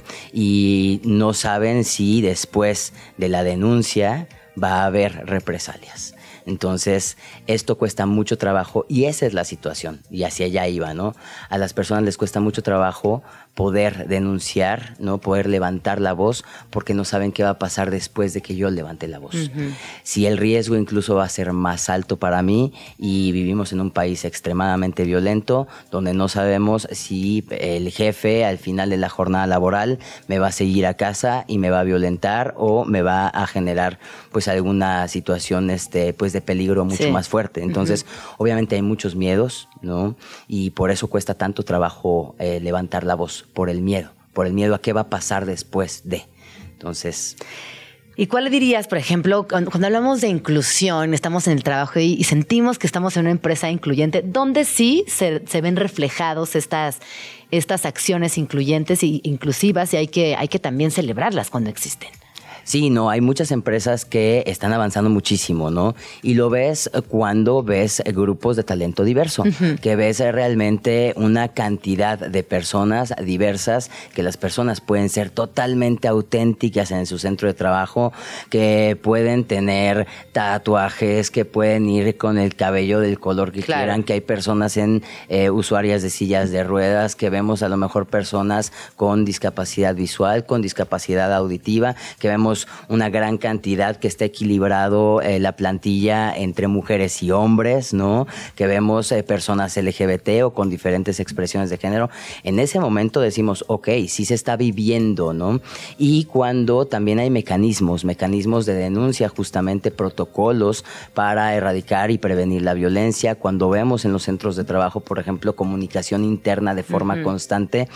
Y no saben si después de la denuncia va a haber represalias. Entonces, esto cuesta mucho trabajo y esa es la situación. Y hacia allá iba, ¿no? A las personas les cuesta mucho trabajo poder denunciar, ¿no? Poder levantar la voz porque no saben qué va a pasar después de que yo levante la voz. Uh-huh. Si el riesgo incluso va a ser más alto para mí y vivimos en un país extremadamente violento donde no sabemos si el jefe al final de la jornada laboral me va a seguir a casa y me va a violentar o me va a generar pues alguna situación pues de peligro mucho más fuerte. Entonces, obviamente hay muchos miedos, ¿no? Y por eso cuesta tanto trabajo levantar la voz. Por el miedo a qué va a pasar después de. Entonces... ¿Y cuál dirías, por ejemplo, cuando hablamos de inclusión, estamos en el trabajo y sentimos que estamos en una empresa incluyente, donde sí se ven reflejados estas acciones incluyentes e inclusivas y hay que también celebrarlas cuando existen? Sí, no, hay muchas empresas que están avanzando muchísimo, ¿no? Y lo ves cuando ves grupos de talento diverso, que ves realmente una cantidad de personas diversas, que las personas pueden ser totalmente auténticas en su centro de trabajo, que pueden tener tatuajes, que pueden ir con el cabello del color que quieran, que hay personas usuarias de sillas de ruedas, que vemos a lo mejor personas con discapacidad visual, con discapacidad auditiva, que vemos una gran cantidad que está equilibrado la plantilla entre mujeres y hombres, ¿no? Que vemos personas LGBT o con diferentes expresiones de género. En ese momento decimos, ok, sí se está viviendo, ¿no? Y cuando también hay mecanismos de denuncia, justamente protocolos para erradicar y prevenir la violencia, cuando vemos en los centros de trabajo, por ejemplo, comunicación interna de forma constante,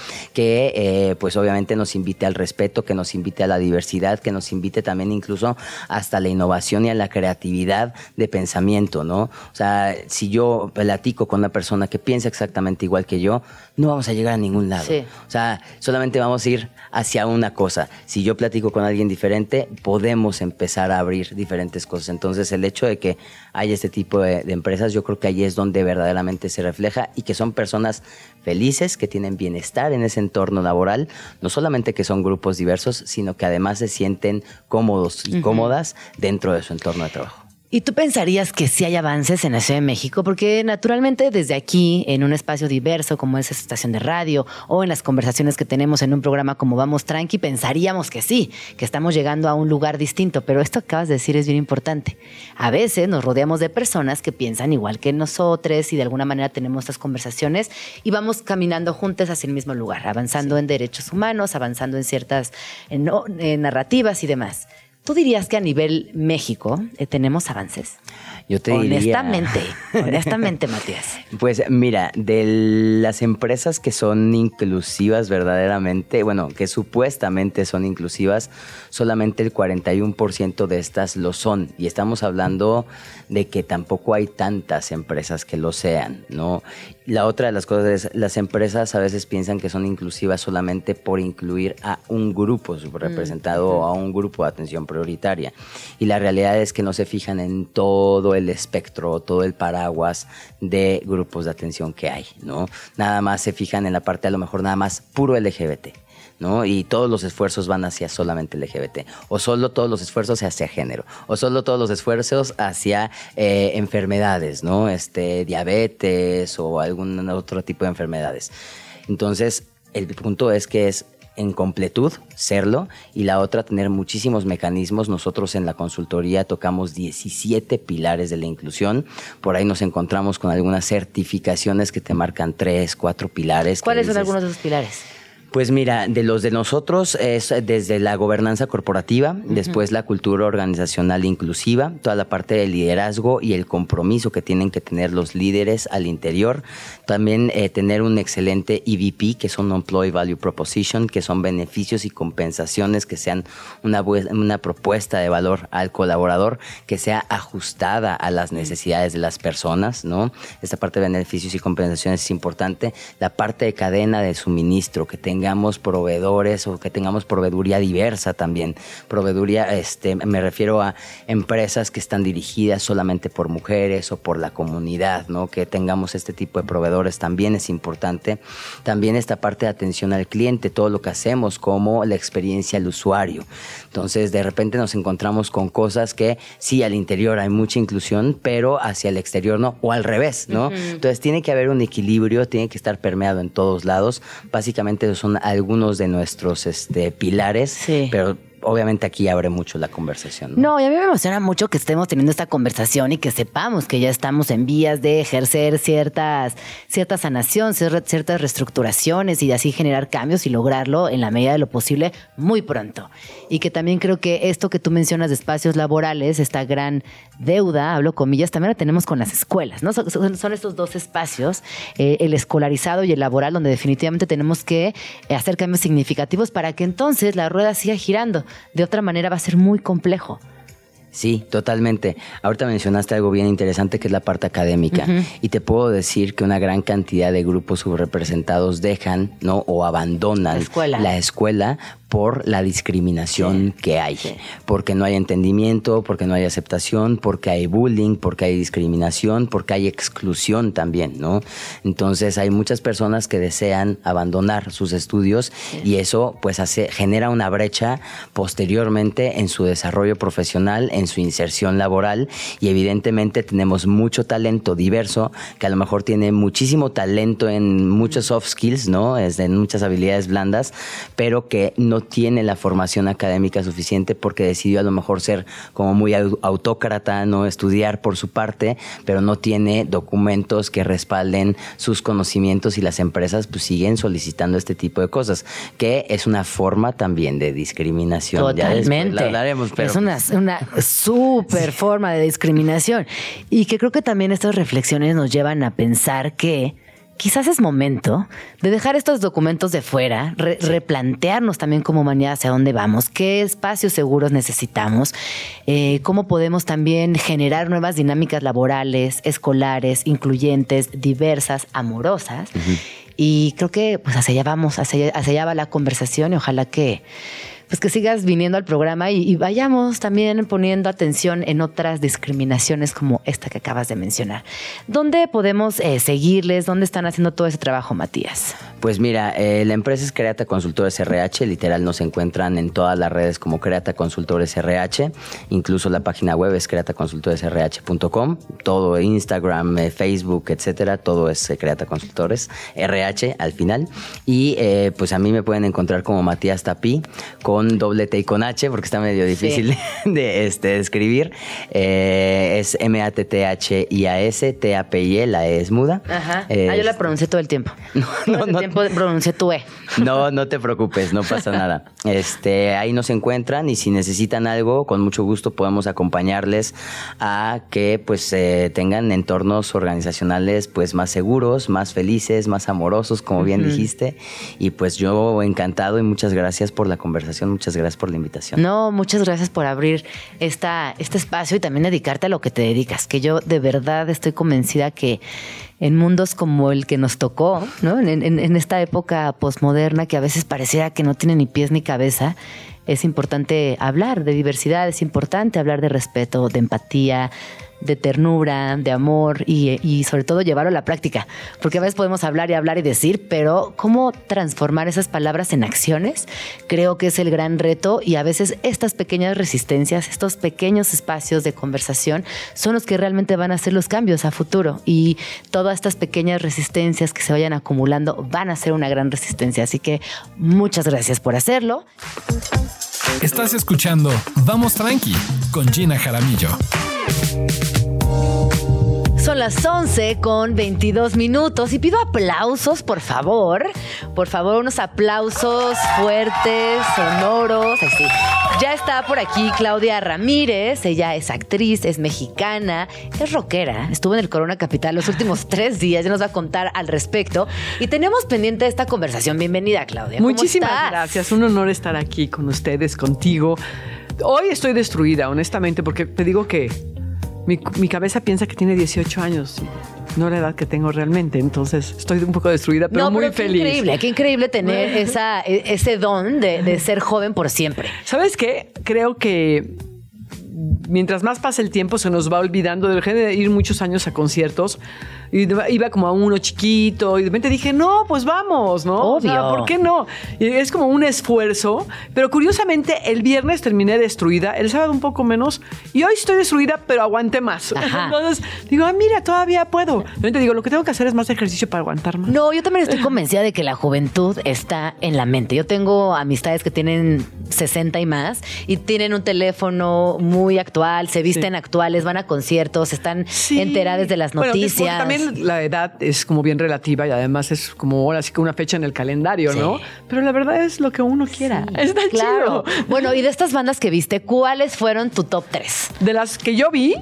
que pues obviamente nos invite al respeto, que nos invite a la diversidad, que nos invite también incluso hasta la innovación y a la creatividad de pensamiento, ¿no? O sea, si yo platico con una persona que piensa exactamente igual que yo, no vamos a llegar a ningún lado. Sí. O sea, solamente vamos a ir hacia una cosa. Si yo platico con alguien diferente, podemos empezar a abrir diferentes cosas. Entonces, el hecho de que haya este tipo de empresas, yo creo que ahí es donde verdaderamente se refleja y que son personas felices, que tienen bienestar en ese entorno laboral, no solamente que son grupos diversos, sino que además se sienten cómodos y cómodas dentro de su entorno de trabajo. ¿Y tú pensarías que sí hay avances en la Ciudad de México? Porque naturalmente desde aquí, en un espacio diverso como es esta estación de radio o en las conversaciones que tenemos en un programa como Vamos Tranqui, pensaríamos que sí, que estamos llegando a un lugar distinto. Pero esto que acabas de decir es bien importante. A veces nos rodeamos de personas que piensan igual que nosotros y de alguna manera tenemos estas conversaciones y vamos caminando juntos hacia el mismo lugar, avanzando en derechos humanos, avanzando en ciertas narrativas y demás. ¿Tú dirías que a nivel México tenemos avances? Yo te honestamente, Matías. Pues mira, de las empresas que son inclusivas verdaderamente, bueno, que supuestamente son inclusivas, solamente el 41% de estas lo son. Y estamos hablando de que tampoco hay tantas empresas que lo sean, ¿no? la otra de las cosas es, las empresas a veces piensan que son inclusivas solamente por incluir a un grupo subrepresentado o a un grupo de atención prioritaria. Y la realidad es que no se fijan en todo el espectro, todo el paraguas de grupos de atención que hay, ¿no? Nada más se fijan en la parte, a lo mejor nada más puro LGBT, ¿no? Y todos los esfuerzos van hacia solamente LGBT, o solo todos los esfuerzos hacia género, o solo todos los esfuerzos hacia enfermedades, ¿no? Diabetes o algún otro tipo de enfermedades. Entonces, el punto es que es en completud serlo, y la otra, tener muchísimos mecanismos. Nosotros en la consultoría tocamos 17 pilares de la inclusión. Por ahí nos encontramos con algunas certificaciones que te marcan 3, 4 pilares. ¿Cuáles son algunos de esos pilares? Pues mira, de los de nosotros es desde la gobernanza corporativa, después la cultura organizacional inclusiva, toda la parte del liderazgo y el compromiso que tienen que tener los líderes al interior. También tener un excelente EVP, que son Employee Value Proposition, que son beneficios y compensaciones que sean una propuesta de valor al colaborador, que sea ajustada a las necesidades de las personas, ¿no? Esta parte de beneficios y compensaciones es importante. La parte de cadena de suministro, que tengamos proveedores o que tengamos proveeduría diversa también. Proveeduría, me refiero a empresas que están dirigidas solamente por mujeres o por la comunidad, ¿no? Que tengamos este tipo de proveedores también es importante. También esta parte de atención al cliente, todo lo que hacemos como la experiencia al usuario. Entonces, de repente nos encontramos con cosas que sí, al interior hay mucha inclusión, pero hacia el exterior no, o al revés, ¿no? Entonces, tiene que haber un equilibrio, tiene que estar permeado en todos lados. Básicamente son algunos de nuestros pilares, sí. Pero obviamente aquí abre mucho la conversación, ¿no? No, y a mí me emociona mucho que estemos teniendo esta conversación y que sepamos que ya estamos en vías de ejercer cierta sanación, ciertas reestructuraciones, y de así generar cambios y lograrlo en la medida de lo posible muy pronto. Y que también creo que esto que tú mencionas de espacios laborales, esta gran deuda, hablo comillas, también la tenemos con las escuelas, ¿no? Son estos dos espacios, el escolarizado y el laboral, donde definitivamente tenemos que hacer cambios significativos para que entonces la rueda siga girando. De otra manera va a ser muy complejo. Sí, totalmente. Ahorita mencionaste algo bien interesante, que es la parte académica. Y te puedo decir que una gran cantidad de grupos subrepresentados dejan, ¿no? O abandonan la escuela por la discriminación que hay. Sí. Porque no hay entendimiento, porque no hay aceptación, porque hay bullying, porque hay discriminación, porque hay exclusión también, ¿no? Entonces hay muchas personas que desean abandonar sus estudios, y eso pues genera una brecha posteriormente en su desarrollo profesional, en su inserción laboral, y evidentemente tenemos mucho talento diverso que a lo mejor tiene muchísimo talento en muchos soft skills, ¿no? En muchas habilidades blandas, pero que no tiene la formación académica suficiente porque decidió a lo mejor ser como muy autócrata, no estudiar por su parte, pero no tiene documentos que respalden sus conocimientos, y las empresas pues siguen solicitando este tipo de cosas, que es una forma también de discriminación. Totalmente. Ya hablaremos, pero... Es una súper forma de discriminación, y que creo que también estas reflexiones nos llevan a pensar que quizás es momento de dejar estos documentos de fuera, replantearnos también como humanidad hacia dónde vamos, qué espacios seguros necesitamos, cómo podemos también generar nuevas dinámicas laborales, escolares, incluyentes, diversas, amorosas. Y creo que pues hacia allá vamos, hacia allá va la conversación, y ojalá que sigas viniendo al programa y vayamos también poniendo atención en otras discriminaciones como esta que acabas de mencionar. ¿Dónde podemos seguirles? ¿Dónde están haciendo todo ese trabajo, Matías? Pues mira, la empresa es Creata Consultores RH, literal nos encuentran en todas las redes como Creata Consultores RH, incluso la página web es creataconsultoresrh.com, todo Instagram, Facebook, etcétera, todo es Creata Consultores RH al final. Y pues a mí me pueden encontrar como Matías Tapí, con doble T y con H, porque está medio difícil de escribir. Es MATTHIAS, TAPIE, la E es muda. Ajá. Yo la pronuncié todo el tiempo. No pronuncié tu E. No te preocupes, no pasa nada. Ahí nos encuentran, y si necesitan algo, con mucho gusto podemos acompañarles a que pues tengan entornos organizacionales pues más seguros, más felices, más amorosos, como bien dijiste. Y pues yo encantado, y muchas gracias por la conversación. Muchas gracias por la invitación. No, muchas gracias por abrir este espacio y también dedicarte a lo que te dedicas, que yo de verdad estoy convencida que en mundos como el que nos tocó, ¿no? En esta época posmoderna que a veces pareciera que no tiene ni pies ni cabeza, es importante hablar de diversidad, es importante hablar de respeto, de empatía, de ternura, de amor y sobre todo llevarlo a la práctica. Porque a veces podemos hablar y decir, pero ¿cómo transformar esas palabras en acciones? Creo que es el gran reto y a veces estas pequeñas resistencias, estos pequeños espacios de conversación son los que realmente van a hacer los cambios a futuro y todas estas pequeñas resistencias que se vayan acumulando van a ser una gran resistencia. Así que muchas gracias por hacerlo. Estás escuchando Vamos Tranqui con Gina Jaramillo. Son las 11:22 y pido aplausos, por favor. Por favor, unos aplausos fuertes, sonoros, así. Ya está por aquí Claudia Ramírez. Ella es actriz, es mexicana, es rockera. Estuvo en el Corona Capital los últimos 3 días. Ya nos va a contar al respecto. Y tenemos pendiente esta conversación. Bienvenida, Claudia. ¿Cómo Muchísimas estás? gracias. Un honor estar aquí con ustedes, contigo. Hoy estoy destruida, honestamente, porque te digo que mi cabeza piensa que tiene 18 años, no la edad que tengo realmente. Entonces estoy un poco destruida, pero muy feliz. Qué increíble tener ese don de ser joven por siempre. ¿Sabes qué? Creo que mientras más pasa el tiempo se nos va olvidando. Dejé de ir muchos años a conciertos y iba como a uno chiquito y de repente dije, no, pues vamos, ¿no? Obvio. O sea, ¿por qué no? Y es como un esfuerzo, pero curiosamente el viernes terminé destruida, el sábado un poco menos y hoy estoy destruida, pero aguanté más. Ajá. Entonces digo, mira, todavía puedo. Te digo, lo que tengo que hacer es más ejercicio para aguantar más. No, yo también estoy convencida de que la juventud está en la mente. Yo tengo amistades que tienen 60 y más y tienen un teléfono muy actual, se visten actuales, van a conciertos, están enteradas de las noticias. Bueno, también la edad es como bien relativa y además es como ahora sí que una fecha en el calendario, ¿no? Pero la verdad es lo que uno quiera. Está chido. Bueno, y de estas bandas que viste, ¿cuáles fueron tu top 3? De las que yo vi,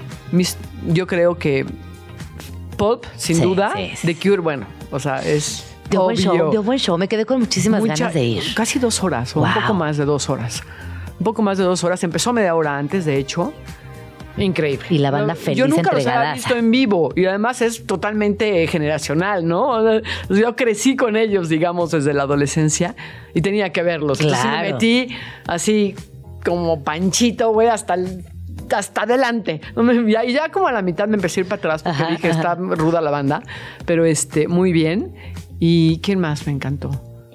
yo creo que Pulp, sin duda. The Cure, bueno, o sea, es dio buen show. Me quedé con muchísimas ganas de ir. Casi 2 horas, o un poco más de 2 horas. Un poco más de 2 horas. Empezó media hora antes, de hecho. Increíble. Y la banda feliz, yo nunca entregada. los había visto en vivo y además es totalmente generacional, ¿no? Yo crecí con ellos, digamos, desde la adolescencia y tenía que verlos. Claro. Entonces me metí así como Panchito, güey, hasta adelante. Y ya como a la mitad me empecé a ir para atrás porque dije, está ruda la banda, pero muy bien. ¿Y quién más me encantó?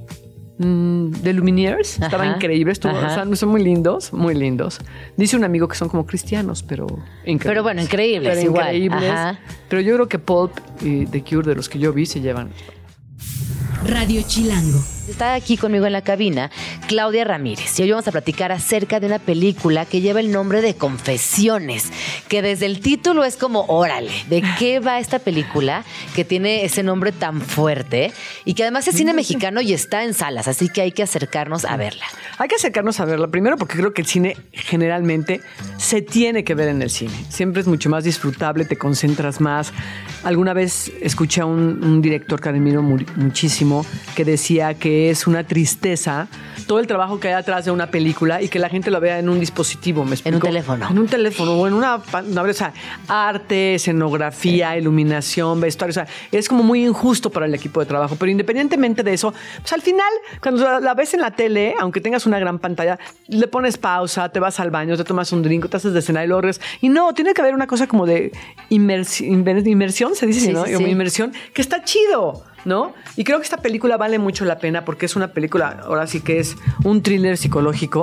The Lumineers, estaba increíble, son muy lindos, muy lindos. Dice un amigo que son como cristianos, pero increíbles. Pero bueno, increíbles igual. Increíbles. Pero yo creo que Pulp y The Cure, de los que yo vi, se llevan. Radio Chilango. Está aquí conmigo en la cabina Claudia Ramírez y hoy vamos a platicar acerca de una película que lleva el nombre de Confesiones, que desde el título es como, órale, ¿de qué va esta película que tiene ese nombre tan fuerte y que además es cine mexicano y está en salas, así que hay que acercarnos a verla? Hay que acercarnos a verla, primero porque creo que el cine generalmente se tiene que ver en el cine. Siempre es mucho más disfrutable, te concentras más. Alguna vez escuché a un director que admiro muchísimo que decía que es una tristeza todo el trabajo que hay atrás de una película y que la gente lo vea en un dispositivo, ¿me explico? En un teléfono. En un teléfono o en una o sea, arte, escenografía, iluminación, vestuario. O sea, es como muy injusto para el equipo de trabajo. Pero independientemente de eso, pues al final, cuando la ves en la tele, aunque tengas una gran pantalla, le pones pausa, te vas al baño, te tomas un drink, te haces de cenar y lo regresas. Y no, tiene que haber una cosa como de inmersión, se dice, ¿no? Como inmersión, que está chido, ¿no? Y creo que esta película vale mucho la pena porque es una película, ahora sí que es un thriller psicológico.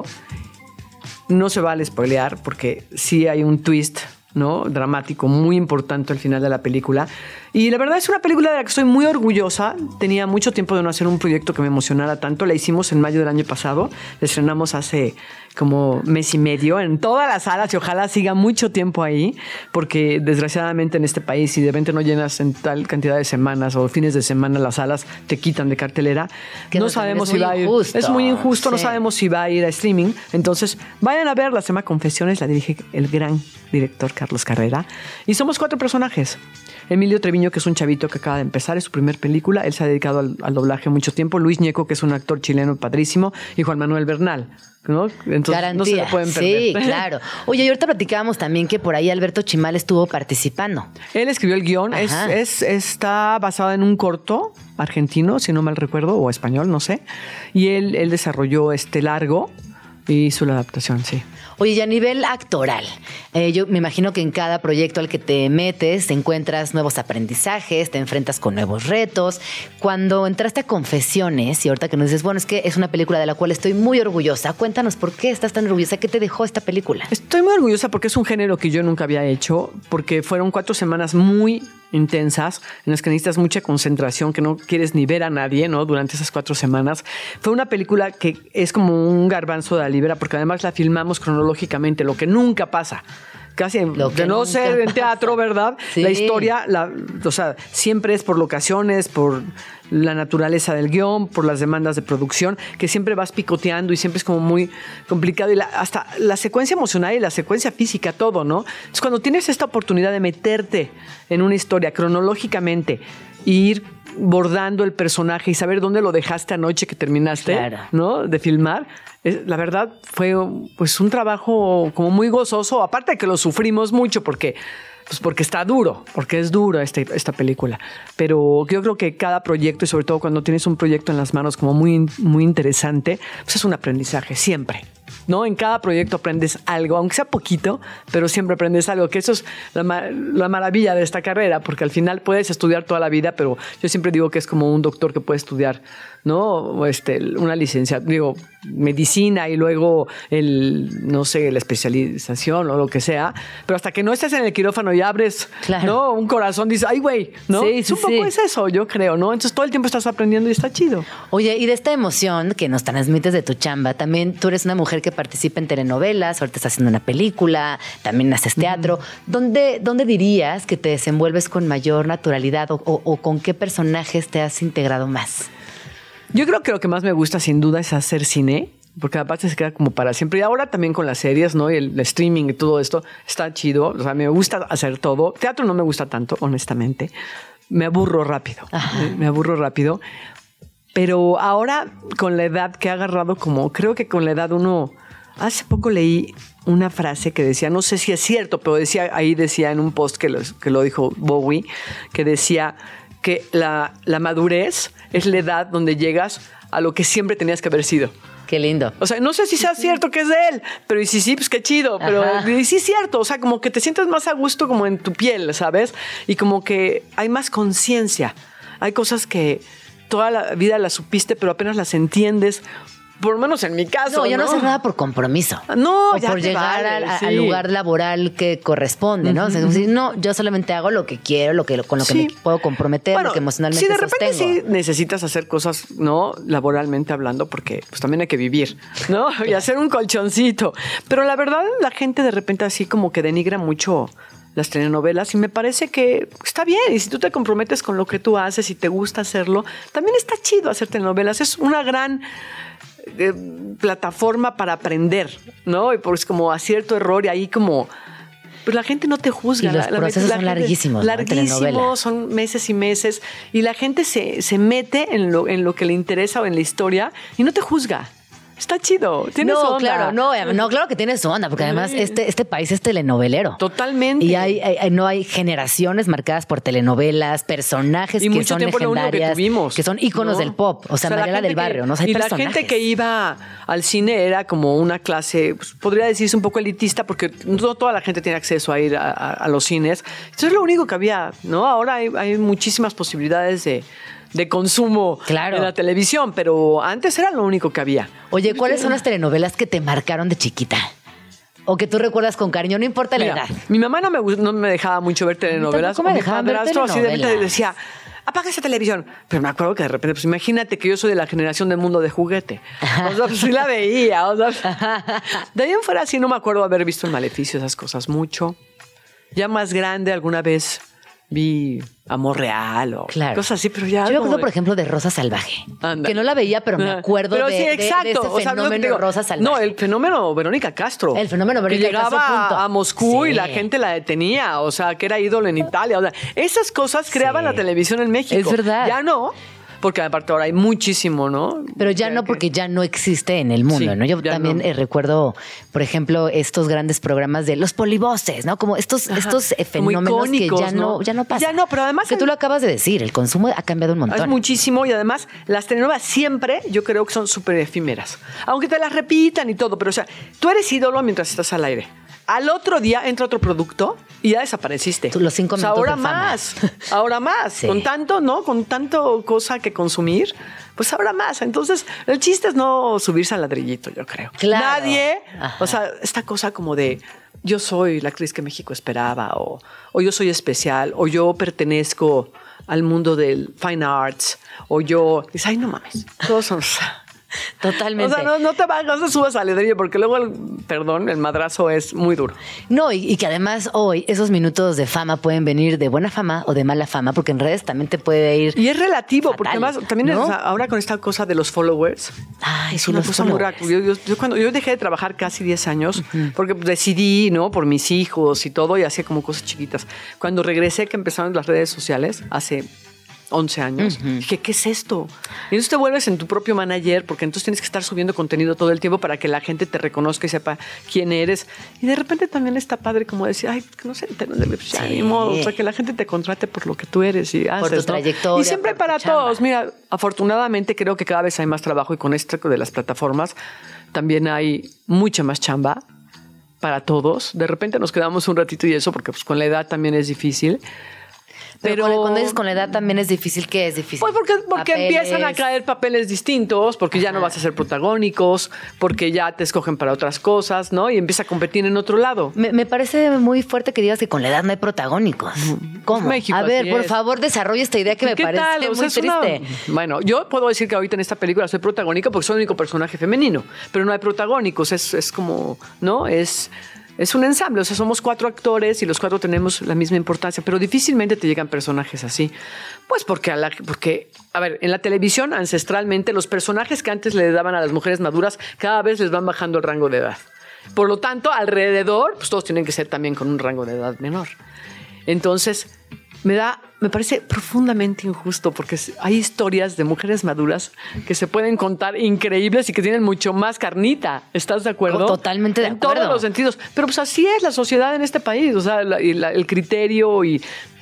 No se vale spoilear porque sí hay un twist, ¿no? Dramático muy importante al final de la película. Y la verdad es una película de la que estoy muy orgullosa. Tenía mucho tiempo de no hacer un proyecto que me emocionara tanto. La hicimos en mayo del año pasado. La estrenamos hace como mes y medio en todas las salas y ojalá siga mucho tiempo ahí porque desgraciadamente en este país si de repente no llenas en tal cantidad de semanas o fines de semana las salas te quitan de cartelera. No sabemos si va a ir. Es muy injusto, no sabemos si va a ir a streaming. Entonces vayan a verla. Se llama Confesiones, la dirige el gran director Carlos Carrera y somos 4 personajes. Emilio Treviño, que es un chavito que acaba de empezar, es su primer película. Él se ha dedicado al doblaje mucho tiempo. Luis Ñeco, que es un actor chileno padrísimo. Y Juan Manuel Bernal, ¿no? Entonces Garantía. No se lo pueden perder. Sí, claro. Oye, y ahorita platicábamos también que por ahí Alberto Chimal estuvo participando. Él escribió el guión. Está basado en un corto argentino, si no mal recuerdo, o español, no sé. Y él desarrolló este largo y hizo la adaptación, sí. Oye, y a nivel actoral, yo me imagino que en cada proyecto al que te metes te encuentras nuevos aprendizajes, te enfrentas con nuevos retos. Cuando entraste a Confesiones, y ahorita que nos dices, bueno, es que es una película de la cual estoy muy orgullosa, cuéntanos por qué estás tan orgullosa, ¿qué te dejó esta película? Estoy muy orgullosa porque es un género que yo nunca había hecho, porque fueron 4 semanas muy intensas, en las que necesitas mucha concentración, que no quieres ni ver a nadie, ¿no? Durante esas 4 semanas. Fue una película que es como un garbanzo de la libra, porque además la filmamos cronológicamente, lo que nunca pasa. Casi de no ser en teatro, ¿verdad? Sí. La historia, o sea, siempre es por locaciones, por la naturaleza del guión, por las demandas de producción, que siempre vas picoteando y siempre es como muy complicado. Y hasta la secuencia emocional y la secuencia física, todo, ¿no? Entonces, cuando tienes esta oportunidad de meterte en una historia cronológicamente e ir bordando el personaje y saber dónde lo dejaste anoche que terminaste, claro, ¿no? De filmar. La verdad fue pues un trabajo como muy gozoso, aparte de que lo sufrimos mucho porque está duro, porque es duro esta película. Pero yo creo que cada proyecto, y sobre todo cuando tienes un proyecto en las manos como muy, muy interesante, pues es un aprendizaje siempre, ¿no? En cada proyecto aprendes algo, aunque sea poquito, pero siempre aprendes algo, que eso es la maravilla de esta carrera, porque al final puedes estudiar toda la vida, pero yo siempre digo que es como un doctor que puede estudiar, ¿no? Una licencia, medicina y luego no sé, la especialización o lo que sea, pero hasta que no estés en el quirófano y abres, claro, ¿no? Un corazón, dices, ay, güey, ¿no? Sí, un poco es eso, yo creo, ¿no? Entonces todo el tiempo estás aprendiendo y está chido. Oye, y de esta emoción que nos transmites de tu chamba, también tú eres una mujer que participa en telenovelas, ahorita estás haciendo una película, también haces teatro. ¿Dónde dirías que te desenvuelves con mayor naturalidad o con qué personajes te has integrado más? Yo creo que lo que más me gusta sin duda es hacer cine, porque aparte se queda como para siempre. Y ahora también con las series, ¿no? Y el streaming y todo esto está chido. O sea, me gusta hacer todo. Teatro no me gusta tanto, honestamente. Me aburro rápido. Me aburro rápido. Pero ahora con la edad que he agarrado, como creo que con la edad uno... Hace poco leí una frase que decía, no sé si es cierto, pero decía en un post que lo dijo Bowie, que decía que la madurez es la edad donde llegas a lo que siempre tenías que haber sido. Qué lindo. O sea, no sé si sea cierto que es de él, pero y sí, pues qué chido. Pero y sí es cierto, o sea, como que te sientes más a gusto como en tu piel, ¿sabes? Y como que hay más conciencia. Hay cosas que toda la vida las supiste, pero apenas las entiendes. Por lo menos en mi caso. No, yo no sé nada por compromiso. No, o ya por llegar al lugar laboral que corresponde, ¿no? O sea, decir, no, yo solamente hago lo que quiero, con lo que me puedo comprometer, bueno, lo que emocionalmente sostengo. Sí, de repente sí necesitas hacer cosas, ¿no? Laboralmente hablando, porque pues también hay que vivir, ¿no? Y hacer un colchoncito. Pero la verdad, la gente de repente así como que denigra mucho las telenovelas y me parece que está bien. Y si tú te comprometes con lo que tú haces y te gusta hacerlo, también está chido hacer telenovelas. Es una gran... plataforma para aprender, ¿no? Y pues como acierto, error y ahí como... Pues la gente no te juzga. Y los procesos son larguísimos. Larguísimos, son meses y meses. Y la gente se mete en lo que le interesa o en la historia y no te juzga. Está chido, tiene su onda. Claro que tiene su onda, porque además este país es telenovelero. Totalmente. Y no hay generaciones marcadas por telenovelas, personajes y que son legendarias, que son íconos del pop. O sea, Mariela del Barrio, ¿no? Hay personajes. La gente que iba al cine era como una clase, pues, podría decirse un poco elitista, porque no toda la gente tiene acceso a ir a los cines. Eso es lo único que había, ¿no? Ahora hay muchísimas posibilidades de consumo en la televisión, pero antes era lo único que había. Oye, ¿cuáles son las telenovelas que te marcaron de chiquita? O que tú recuerdas con cariño, no importa la edad. Mi mamá no me dejaba mucho ver telenovelas. ¿Cómo me dejaban ver telenovelas? Así de repente decía, apaga esa televisión. Pero me acuerdo que de repente, pues imagínate que yo soy de la generación del Mundo de Juguete. O sea, pues sí la veía. O sea, de ahí en fuera sí no me acuerdo haber visto El Maleficio, esas cosas mucho. Ya más grande alguna vez vi Amor Real o cosas así, pero ya... Yo me acuerdo, por ejemplo, de Rosa Salvaje. Anda. Que no la veía, pero me acuerdo pero de ese fenómeno Rosa Salvaje. No, el fenómeno Verónica Castro. El fenómeno Verónica Castro. Que llegaba a Moscú sí. y la gente la detenía, o sea, que era ídolo en Italia. O sea, esas cosas creaban la televisión en México. Es verdad. Ya no. Porque aparte ahora hay muchísimo, ¿no? Pero ya no, porque ya no existe en el mundo, ¿no? Yo también recuerdo, por ejemplo, estos grandes programas de los polivoces, ¿no? Como estos fenómenos icónicos, que ya no pasan. Ya no, pero además... Que tú lo acabas de decir, el consumo ha cambiado un montón. Es muchísimo y además las telenovelas siempre yo creo que son súper efímeras. Aunque te las repitan y todo, pero o sea, tú eres ídolo mientras estás al aire. Al otro día entra otro producto y ya desapareciste. Los 5 minutos ahora de fama. Ahora más. Sí. Con tanto, ¿no? Con tanto cosa que consumir, pues ahora más. Entonces, el chiste es no subirse al ladrillito, yo creo. Claro. Nadie, o sea, esta cosa como de yo soy la actriz que México esperaba o yo soy especial o yo pertenezco al mundo del fine arts o yo... Dices, ay, no mames. Todos son... Totalmente. O sea, no te subas al ladrillo porque luego el madrazo es muy duro. No, y que además hoy esos minutos de fama pueden venir de buena fama o de mala fama, porque en redes también te puede ir. Y es relativo, fatal, porque además también ¿no? ahora con esta cosa de los followers. Ay, es una cosa muy rara. Cuando yo dejé de trabajar casi 10 años, porque decidí, ¿no? Por mis hijos y todo, y hacía como cosas chiquitas. Cuando regresé, que empezaron las redes sociales, hace 11 años. Dije, ¿qué es esto? Y entonces te vuelves en tu propio manager, porque entonces tienes que estar subiendo contenido todo el tiempo para que la gente te reconozca y sepa quién eres. Y de repente también está padre como decir, ay, que no se enteren de ni modo. O sea, que la gente te contrate por lo que tú eres y haces, por tu trayectoria. Y siempre para todos. Mira, afortunadamente creo que cada vez hay más trabajo y con esto de las plataformas también hay mucha más chamba para todos. De repente nos quedamos un ratito y eso, porque pues con la edad también es difícil. Pero cuando dices con la edad también es difícil, ¿qué es difícil? Pues porque empiezan a caer papeles distintos, porque ya no vas a ser protagónicos, porque ya te escogen para otras cosas, ¿no? Y empieza a competir en otro lado. Me parece muy fuerte que digas que con la edad no hay protagónicos. ¿Cómo? México, a ver, por favor, desarrolla esta idea que me parece muy triste. Bueno, yo puedo decir que ahorita en esta película soy protagónica porque soy el único personaje femenino, pero no hay protagónicos, es como, ¿no? Es un ensamble, o sea, somos 4 actores y los 4 tenemos la misma importancia, pero difícilmente te llegan personajes así. Pues porque, a ver, en la televisión ancestralmente los personajes que antes le daban a las mujeres maduras cada vez les van bajando el rango de edad. Por lo tanto, alrededor, pues todos tienen que ser también con un rango de edad menor. Entonces, me parece profundamente injusto porque hay historias de mujeres maduras que se pueden contar increíbles y que tienen mucho más carnita. ¿Estás de acuerdo? Totalmente de acuerdo. En todos los sentidos. Pero pues así es la sociedad en este país. O sea, el criterio y...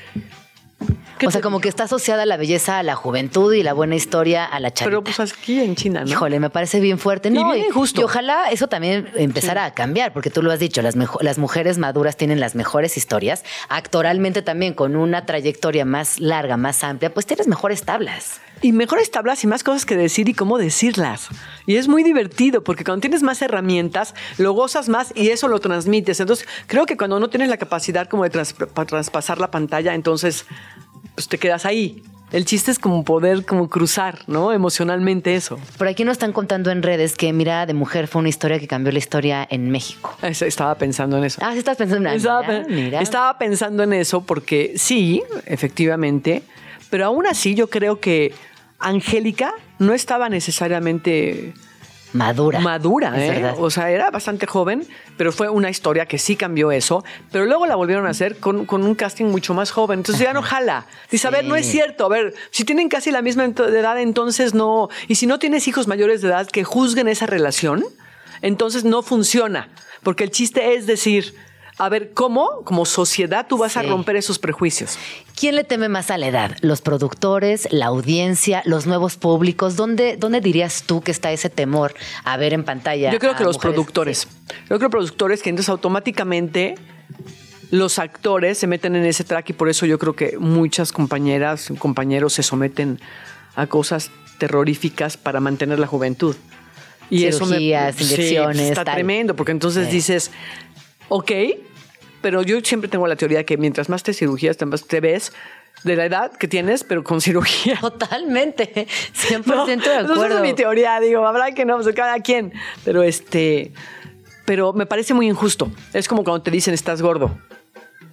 O sea, como que está asociada la belleza a la juventud y la buena historia a la charita. Pero pues aquí en China, ¿no? Híjole, me parece bien fuerte. No, y bien injusto. Y ojalá eso también empezara a cambiar, porque tú lo has dicho, las mujeres maduras tienen las mejores historias. Actoralmente también, con una trayectoria más larga, más amplia, pues tienes mejores tablas. Y mejores tablas y más cosas que decir y cómo decirlas. Y es muy divertido porque cuando tienes más herramientas, lo gozas más y eso lo transmites. Entonces, creo que cuando no tienes la capacidad como de traspasar la pantalla, entonces pues te quedas ahí. El chiste es como poder como cruzar, ¿no? Emocionalmente eso. Por aquí nos están contando en redes que Mirada de Mujer fue una historia que cambió la historia en México. Estaba pensando en eso. Ah, sí estás pensando en eso. Estaba pensando en eso porque sí, efectivamente, pero aún así yo creo que Angélica no estaba necesariamente madura, o sea, era bastante joven, pero fue una historia que sí cambió eso, pero luego la volvieron a hacer con un casting mucho más joven, entonces ya no jala. Dice, sí. A ver, no es cierto, a ver, si tienen casi la misma edad, entonces no, y si no tienes hijos mayores de edad que juzguen esa relación, entonces no funciona, porque el chiste es decir, a ver, ¿cómo como sociedad tú vas a romper esos prejuicios? ¿Quién le teme más a la edad? ¿Los productores, la audiencia, los nuevos públicos? ¿Dónde dirías tú que está ese temor a ver en pantalla? Yo creo que los productores. Sí. Yo creo que productores que entonces automáticamente los actores se meten en ese track y por eso yo creo que muchas compañeras, compañeros se someten a cosas terroríficas para mantener la juventud. Y cirugías, inyecciones. Sí, está tremendo, porque entonces dices... Ok, pero yo siempre tengo la teoría de que mientras más te cirugías, te ves de la edad que tienes, pero con cirugía. Totalmente, 100% de acuerdo. Esa es mi teoría, digo, habrá que no, pues cada quien. Pero me parece muy injusto. Es como cuando te dicen estás gordo.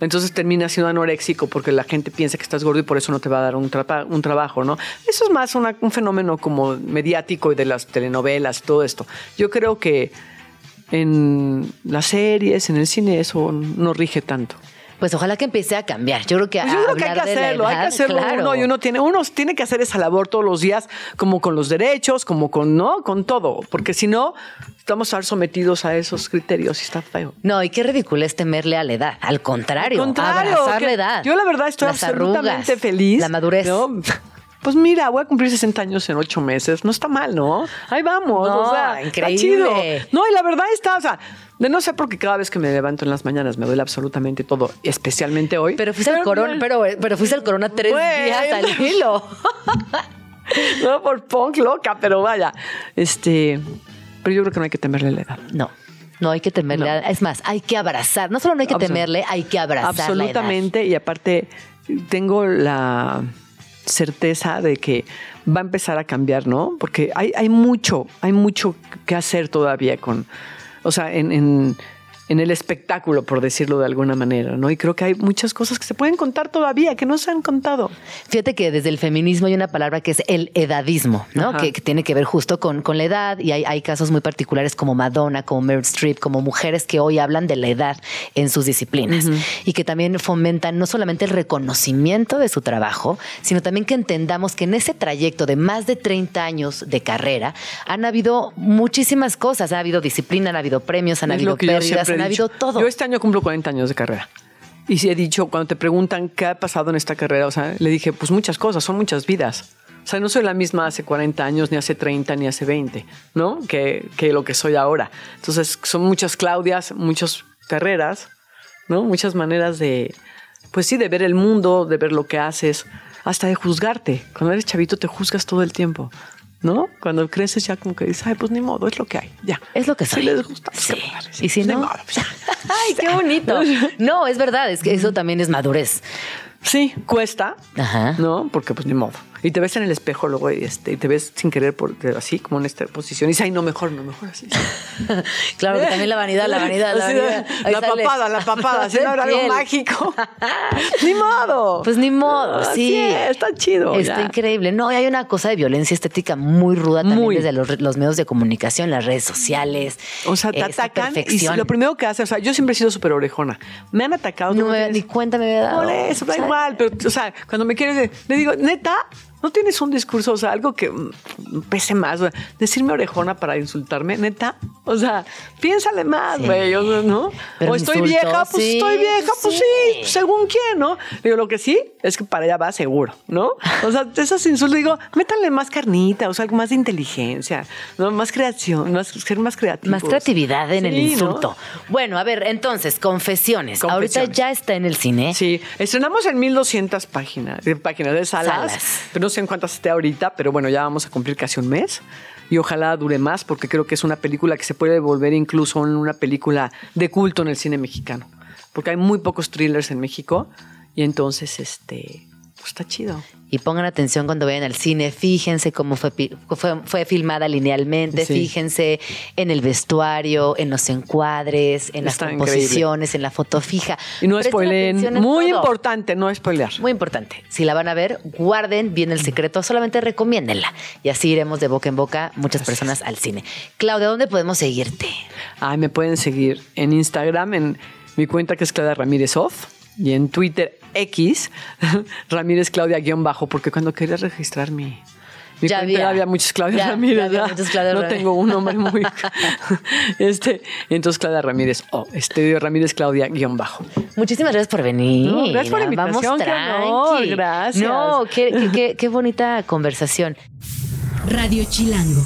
Entonces terminas siendo anoréxico porque la gente piensa que estás gordo y por eso no te va a dar un trabajo, ¿no? Eso es más un fenómeno como mediático y de las telenovelas, todo esto. Yo creo que en las series, en el cine, eso no rige tanto. Pues ojalá que empiece a cambiar. Yo creo que, pues yo creo que hay que hacerlo, claro. uno tiene que hacer esa labor todos los días, como con los derechos, como con todo, porque si no, estamos a estar sometidos a esos criterios y está feo. No, y qué ridículo es temerle a la edad. Al contrario, abrazar la edad. Yo la verdad estoy absolutamente feliz. La madurez. ¿No? Pues mira, voy a cumplir 60 años en 8 meses. No está mal, ¿no? Ahí vamos. No, o sea, increíble. Está chido. No, y la verdad está, o sea, de no sé porque cada vez que me levanto en las mañanas me duele absolutamente todo, especialmente hoy. Pero fuiste al Corona, pero fuiste al Corona 3 días al hilo. No, por punk loca, pero vaya. Pero yo creo que no hay que temerle la edad. No hay que temerle. No. Es más, hay que abrazar. No solo no hay que temerle, hay que abrazar. Absolutamente. La edad. Y aparte, tengo la certeza de que va a empezar a cambiar, ¿no? Porque hay mucho que hacer todavía en el espectáculo, por decirlo de alguna manera, ¿no? Y creo que hay muchas cosas que se pueden contar todavía, que no se han contado. Fíjate que desde el feminismo hay una palabra que es el edadismo, ¿no? Que tiene que ver justo con la edad, y hay casos muy particulares como Madonna, como Meryl Streep, como mujeres que hoy hablan de la edad en sus disciplinas y que también fomentan no solamente el reconocimiento de su trabajo, sino también que entendamos que en ese trayecto de más de 30 años de carrera han habido muchísimas cosas, ha habido disciplina, han habido premios, han habido pérdidas, ha habido todo. Yo este año cumplo 40 años de carrera. Y sí he dicho, cuando te preguntan qué ha pasado en esta carrera, o sea, le dije, pues muchas cosas, son muchas vidas. O sea, no soy la misma hace 40 años, ni hace 30, ni hace 20, ¿no? Que lo que soy ahora. Entonces, son muchas Claudias, muchas carreras, ¿no? Muchas maneras de, pues sí, de ver el mundo, de ver lo que haces, hasta de juzgarte. Cuando eres chavito te juzgas todo el tiempo, ¿no? Cuando creces ya como que dices, ay, pues ni modo, es lo que hay, ya. Es lo que soy. Si les gusta, sí. Y si no, ay, qué bonito. No, es verdad, es que eso también es madurez. Sí, cuesta, ¿no? Porque pues ni modo. Y te ves en el espejo luego y te ves sin querer así como en esta posición y dices, ay, no, mejor así. Claro, que también la vanidad. La papada, si no habrá algo mágico. Ni modo. Pues ni modo, sí. Está chido. Está increíble. No, y hay una cosa de violencia estética muy ruda también desde los medios de comunicación, las redes sociales. O sea, te atacan y lo primero que hacen, o sea, yo siempre he sido súper orejona. Me han atacado. No ni cuenta me había dado. Por eso, da igual. Pero, o sea, cuando me quieren, le digo, neta, ¿no tienes un discurso, o sea, algo que pese más? O sea, decirme orejona para insultarme, neta. O sea, piénsale más, güey, ¿no? Pero o estoy vieja, pues estoy vieja, pues sí, según quién, ¿no? Digo, lo que sí es que para allá va seguro, ¿no? O sea, esos insultos, digo, métanle más carnita, o sea, algo más de inteligencia, ¿no? Más creación, ser más creativos. Más creatividad en el insulto. ¿No? Bueno, a ver, entonces, Confesiones. Ahorita ya está en el cine. Sí, estrenamos en 1200 páginas de salas. Pero no sé en cuántas esté ahorita, pero bueno, ya vamos a cumplir casi un mes. Y ojalá dure más, porque creo que es una película que se puede volver incluso en una película de culto en el cine mexicano. Porque hay muy pocos thrillers en México. Y entonces, pues está chido. Y pongan atención cuando vayan al cine, fíjense cómo fue filmada linealmente, fíjense en el vestuario, en los encuadres, en las composiciones, increíble. En la foto fija. Y no spoileen, muy importante, no spoilear. Muy importante. Si la van a ver, guarden bien el secreto, solamente recomiéndenla. Y así iremos de boca en boca muchas personas al cine. Claudia, ¿dónde podemos seguirte? Me pueden seguir en Instagram, en mi cuenta que es Claudia Ramírez Off. Y en Twitter X, Ramírez Claudia _ porque cuando quería registrar mi cuenta había muchas Claudia Ramírez. No tengo un nombre muy... entonces Claudia Ramírez Ramírez Claudia _ Muchísimas gracias por venir. No, gracias por la invitación. Vamos tranqui. Gracias. No, qué bonita conversación. Radio Chilango.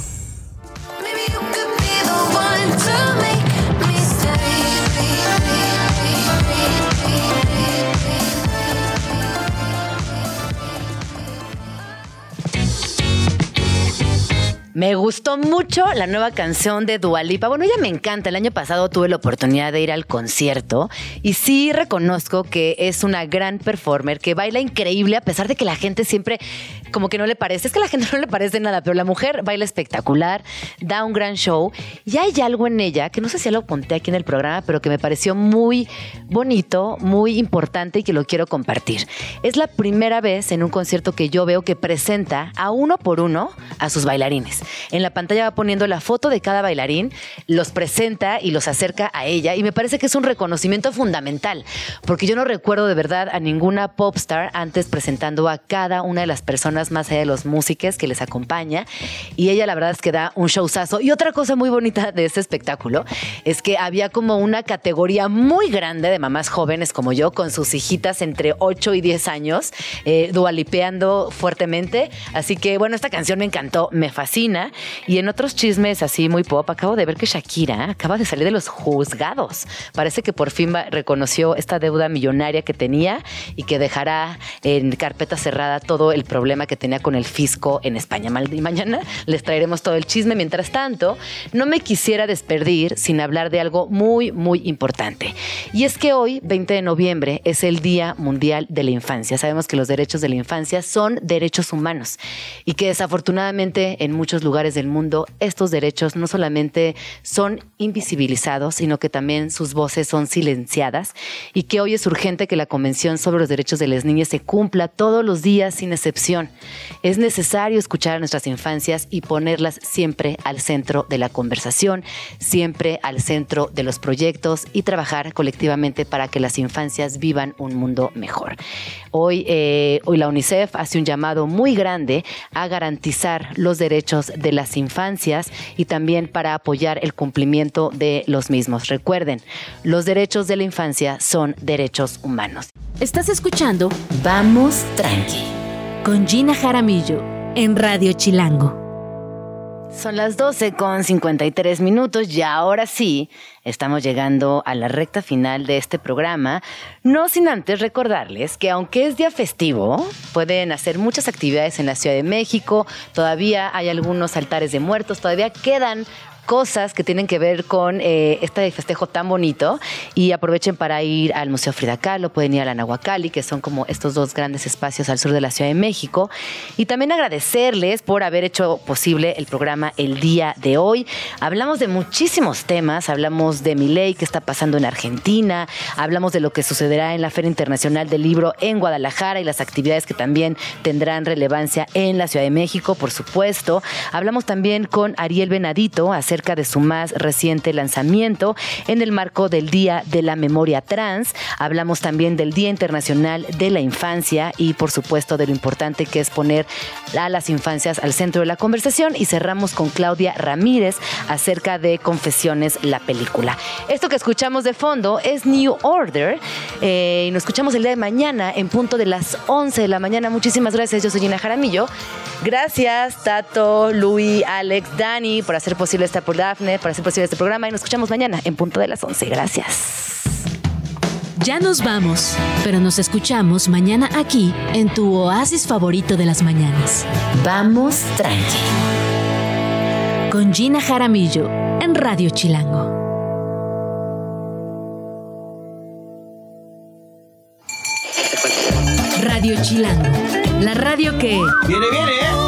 Me gustó mucho la nueva canción de Dua Lipa. Bueno, ella me encanta. El año pasado tuve la oportunidad de ir al concierto y sí reconozco que es una gran performer, que baila increíble a pesar de que la gente siempre como que no le parece. Es que a la gente no le parece nada, pero la mujer baila espectacular, da un gran show y hay algo en ella que no sé si ya lo conté aquí en el programa, pero que me pareció muy bonito, muy importante y que lo quiero compartir. Es la primera vez en un concierto que yo veo que presenta a uno por uno a sus bailarines. En la pantalla va poniendo la foto de cada bailarín, los presenta y los acerca a ella y me parece que es un reconocimiento fundamental porque yo no recuerdo de verdad a ninguna popstar antes presentando a cada una de las personas más allá de los músicos que les acompaña y ella la verdad es que da un showzazo. Y otra cosa muy bonita de este espectáculo es que había como una categoría muy grande de mamás jóvenes como yo con sus hijitas entre 8 y 10 años dualipeando fuertemente, así que bueno, esta canción me encantó, me fascina. Y en otros chismes así muy pop, acabo de ver que Shakira acaba de salir de los juzgados. Parece que por fin reconoció esta deuda millonaria que tenía y que dejará en carpeta cerrada todo el problema que tenía con el fisco en España. Y mañana les traeremos todo el chisme. Mientras tanto, no me quisiera despedir sin hablar de algo muy, muy importante. Y es que hoy, 20 de noviembre, es el Día Mundial de la Infancia. Sabemos que los derechos de la infancia son derechos humanos y que desafortunadamente en muchos lugares del mundo estos derechos no solamente son invisibilizados, sino que también sus voces son silenciadas y que hoy es urgente que la Convención sobre los Derechos de las Niñas se cumpla todos los días sin excepción. Es necesario escuchar a nuestras infancias y ponerlas siempre al centro de la conversación, siempre al centro de los proyectos y trabajar colectivamente para que las infancias vivan un mundo mejor. Hoy la UNICEF hace un llamado muy grande a garantizar los derechos de las infancias y también para apoyar el cumplimiento de los mismos. Recuerden, los derechos de la infancia son derechos humanos. Estás escuchando Vamos Tranqui con Gina Jaramillo en Radio Chilango. Son las 12:53 y ahora sí estamos llegando a la recta final de este programa, no sin antes recordarles que aunque es día festivo, pueden hacer muchas actividades en la Ciudad de México, todavía hay algunos altares de muertos, todavía quedan cosas que tienen que ver con este festejo tan bonito y aprovechen para ir al Museo Frida Kahlo, pueden ir a la Nahuacalli, que son como estos dos grandes espacios al sur de la Ciudad de México, y también agradecerles por haber hecho posible el programa el día de hoy. Hablamos de muchísimos temas, hablamos de Milei, que está pasando en Argentina, hablamos de lo que sucederá en la Feria Internacional del Libro en Guadalajara y las actividades que también tendrán relevancia en la Ciudad de México, por supuesto. Hablamos también con Ariel Benadito acerca de su más reciente lanzamiento en el marco del Día de la Memoria Trans. Hablamos también del Día Internacional de la Infancia y, por supuesto, de lo importante que es poner a las infancias al centro de la conversación. Y cerramos con Claudia Ramírez acerca de Confesiones, la película. Esto que escuchamos de fondo es New Order y nos escuchamos el día de mañana en punto de las 11 de la mañana. Muchísimas gracias. Yo soy Gina Jaramillo. Gracias, Tato, Luis, Alex, Dani, por hacer posible por Dafne, para hacer posible este programa y nos escuchamos mañana en punto de las 11. Gracias. Ya nos vamos, pero nos escuchamos mañana aquí en tu oasis favorito de las mañanas. Vamos Tranqui con Gina Jaramillo en Radio Chilango. Radio Chilango, la radio que... ¡Viene, viene!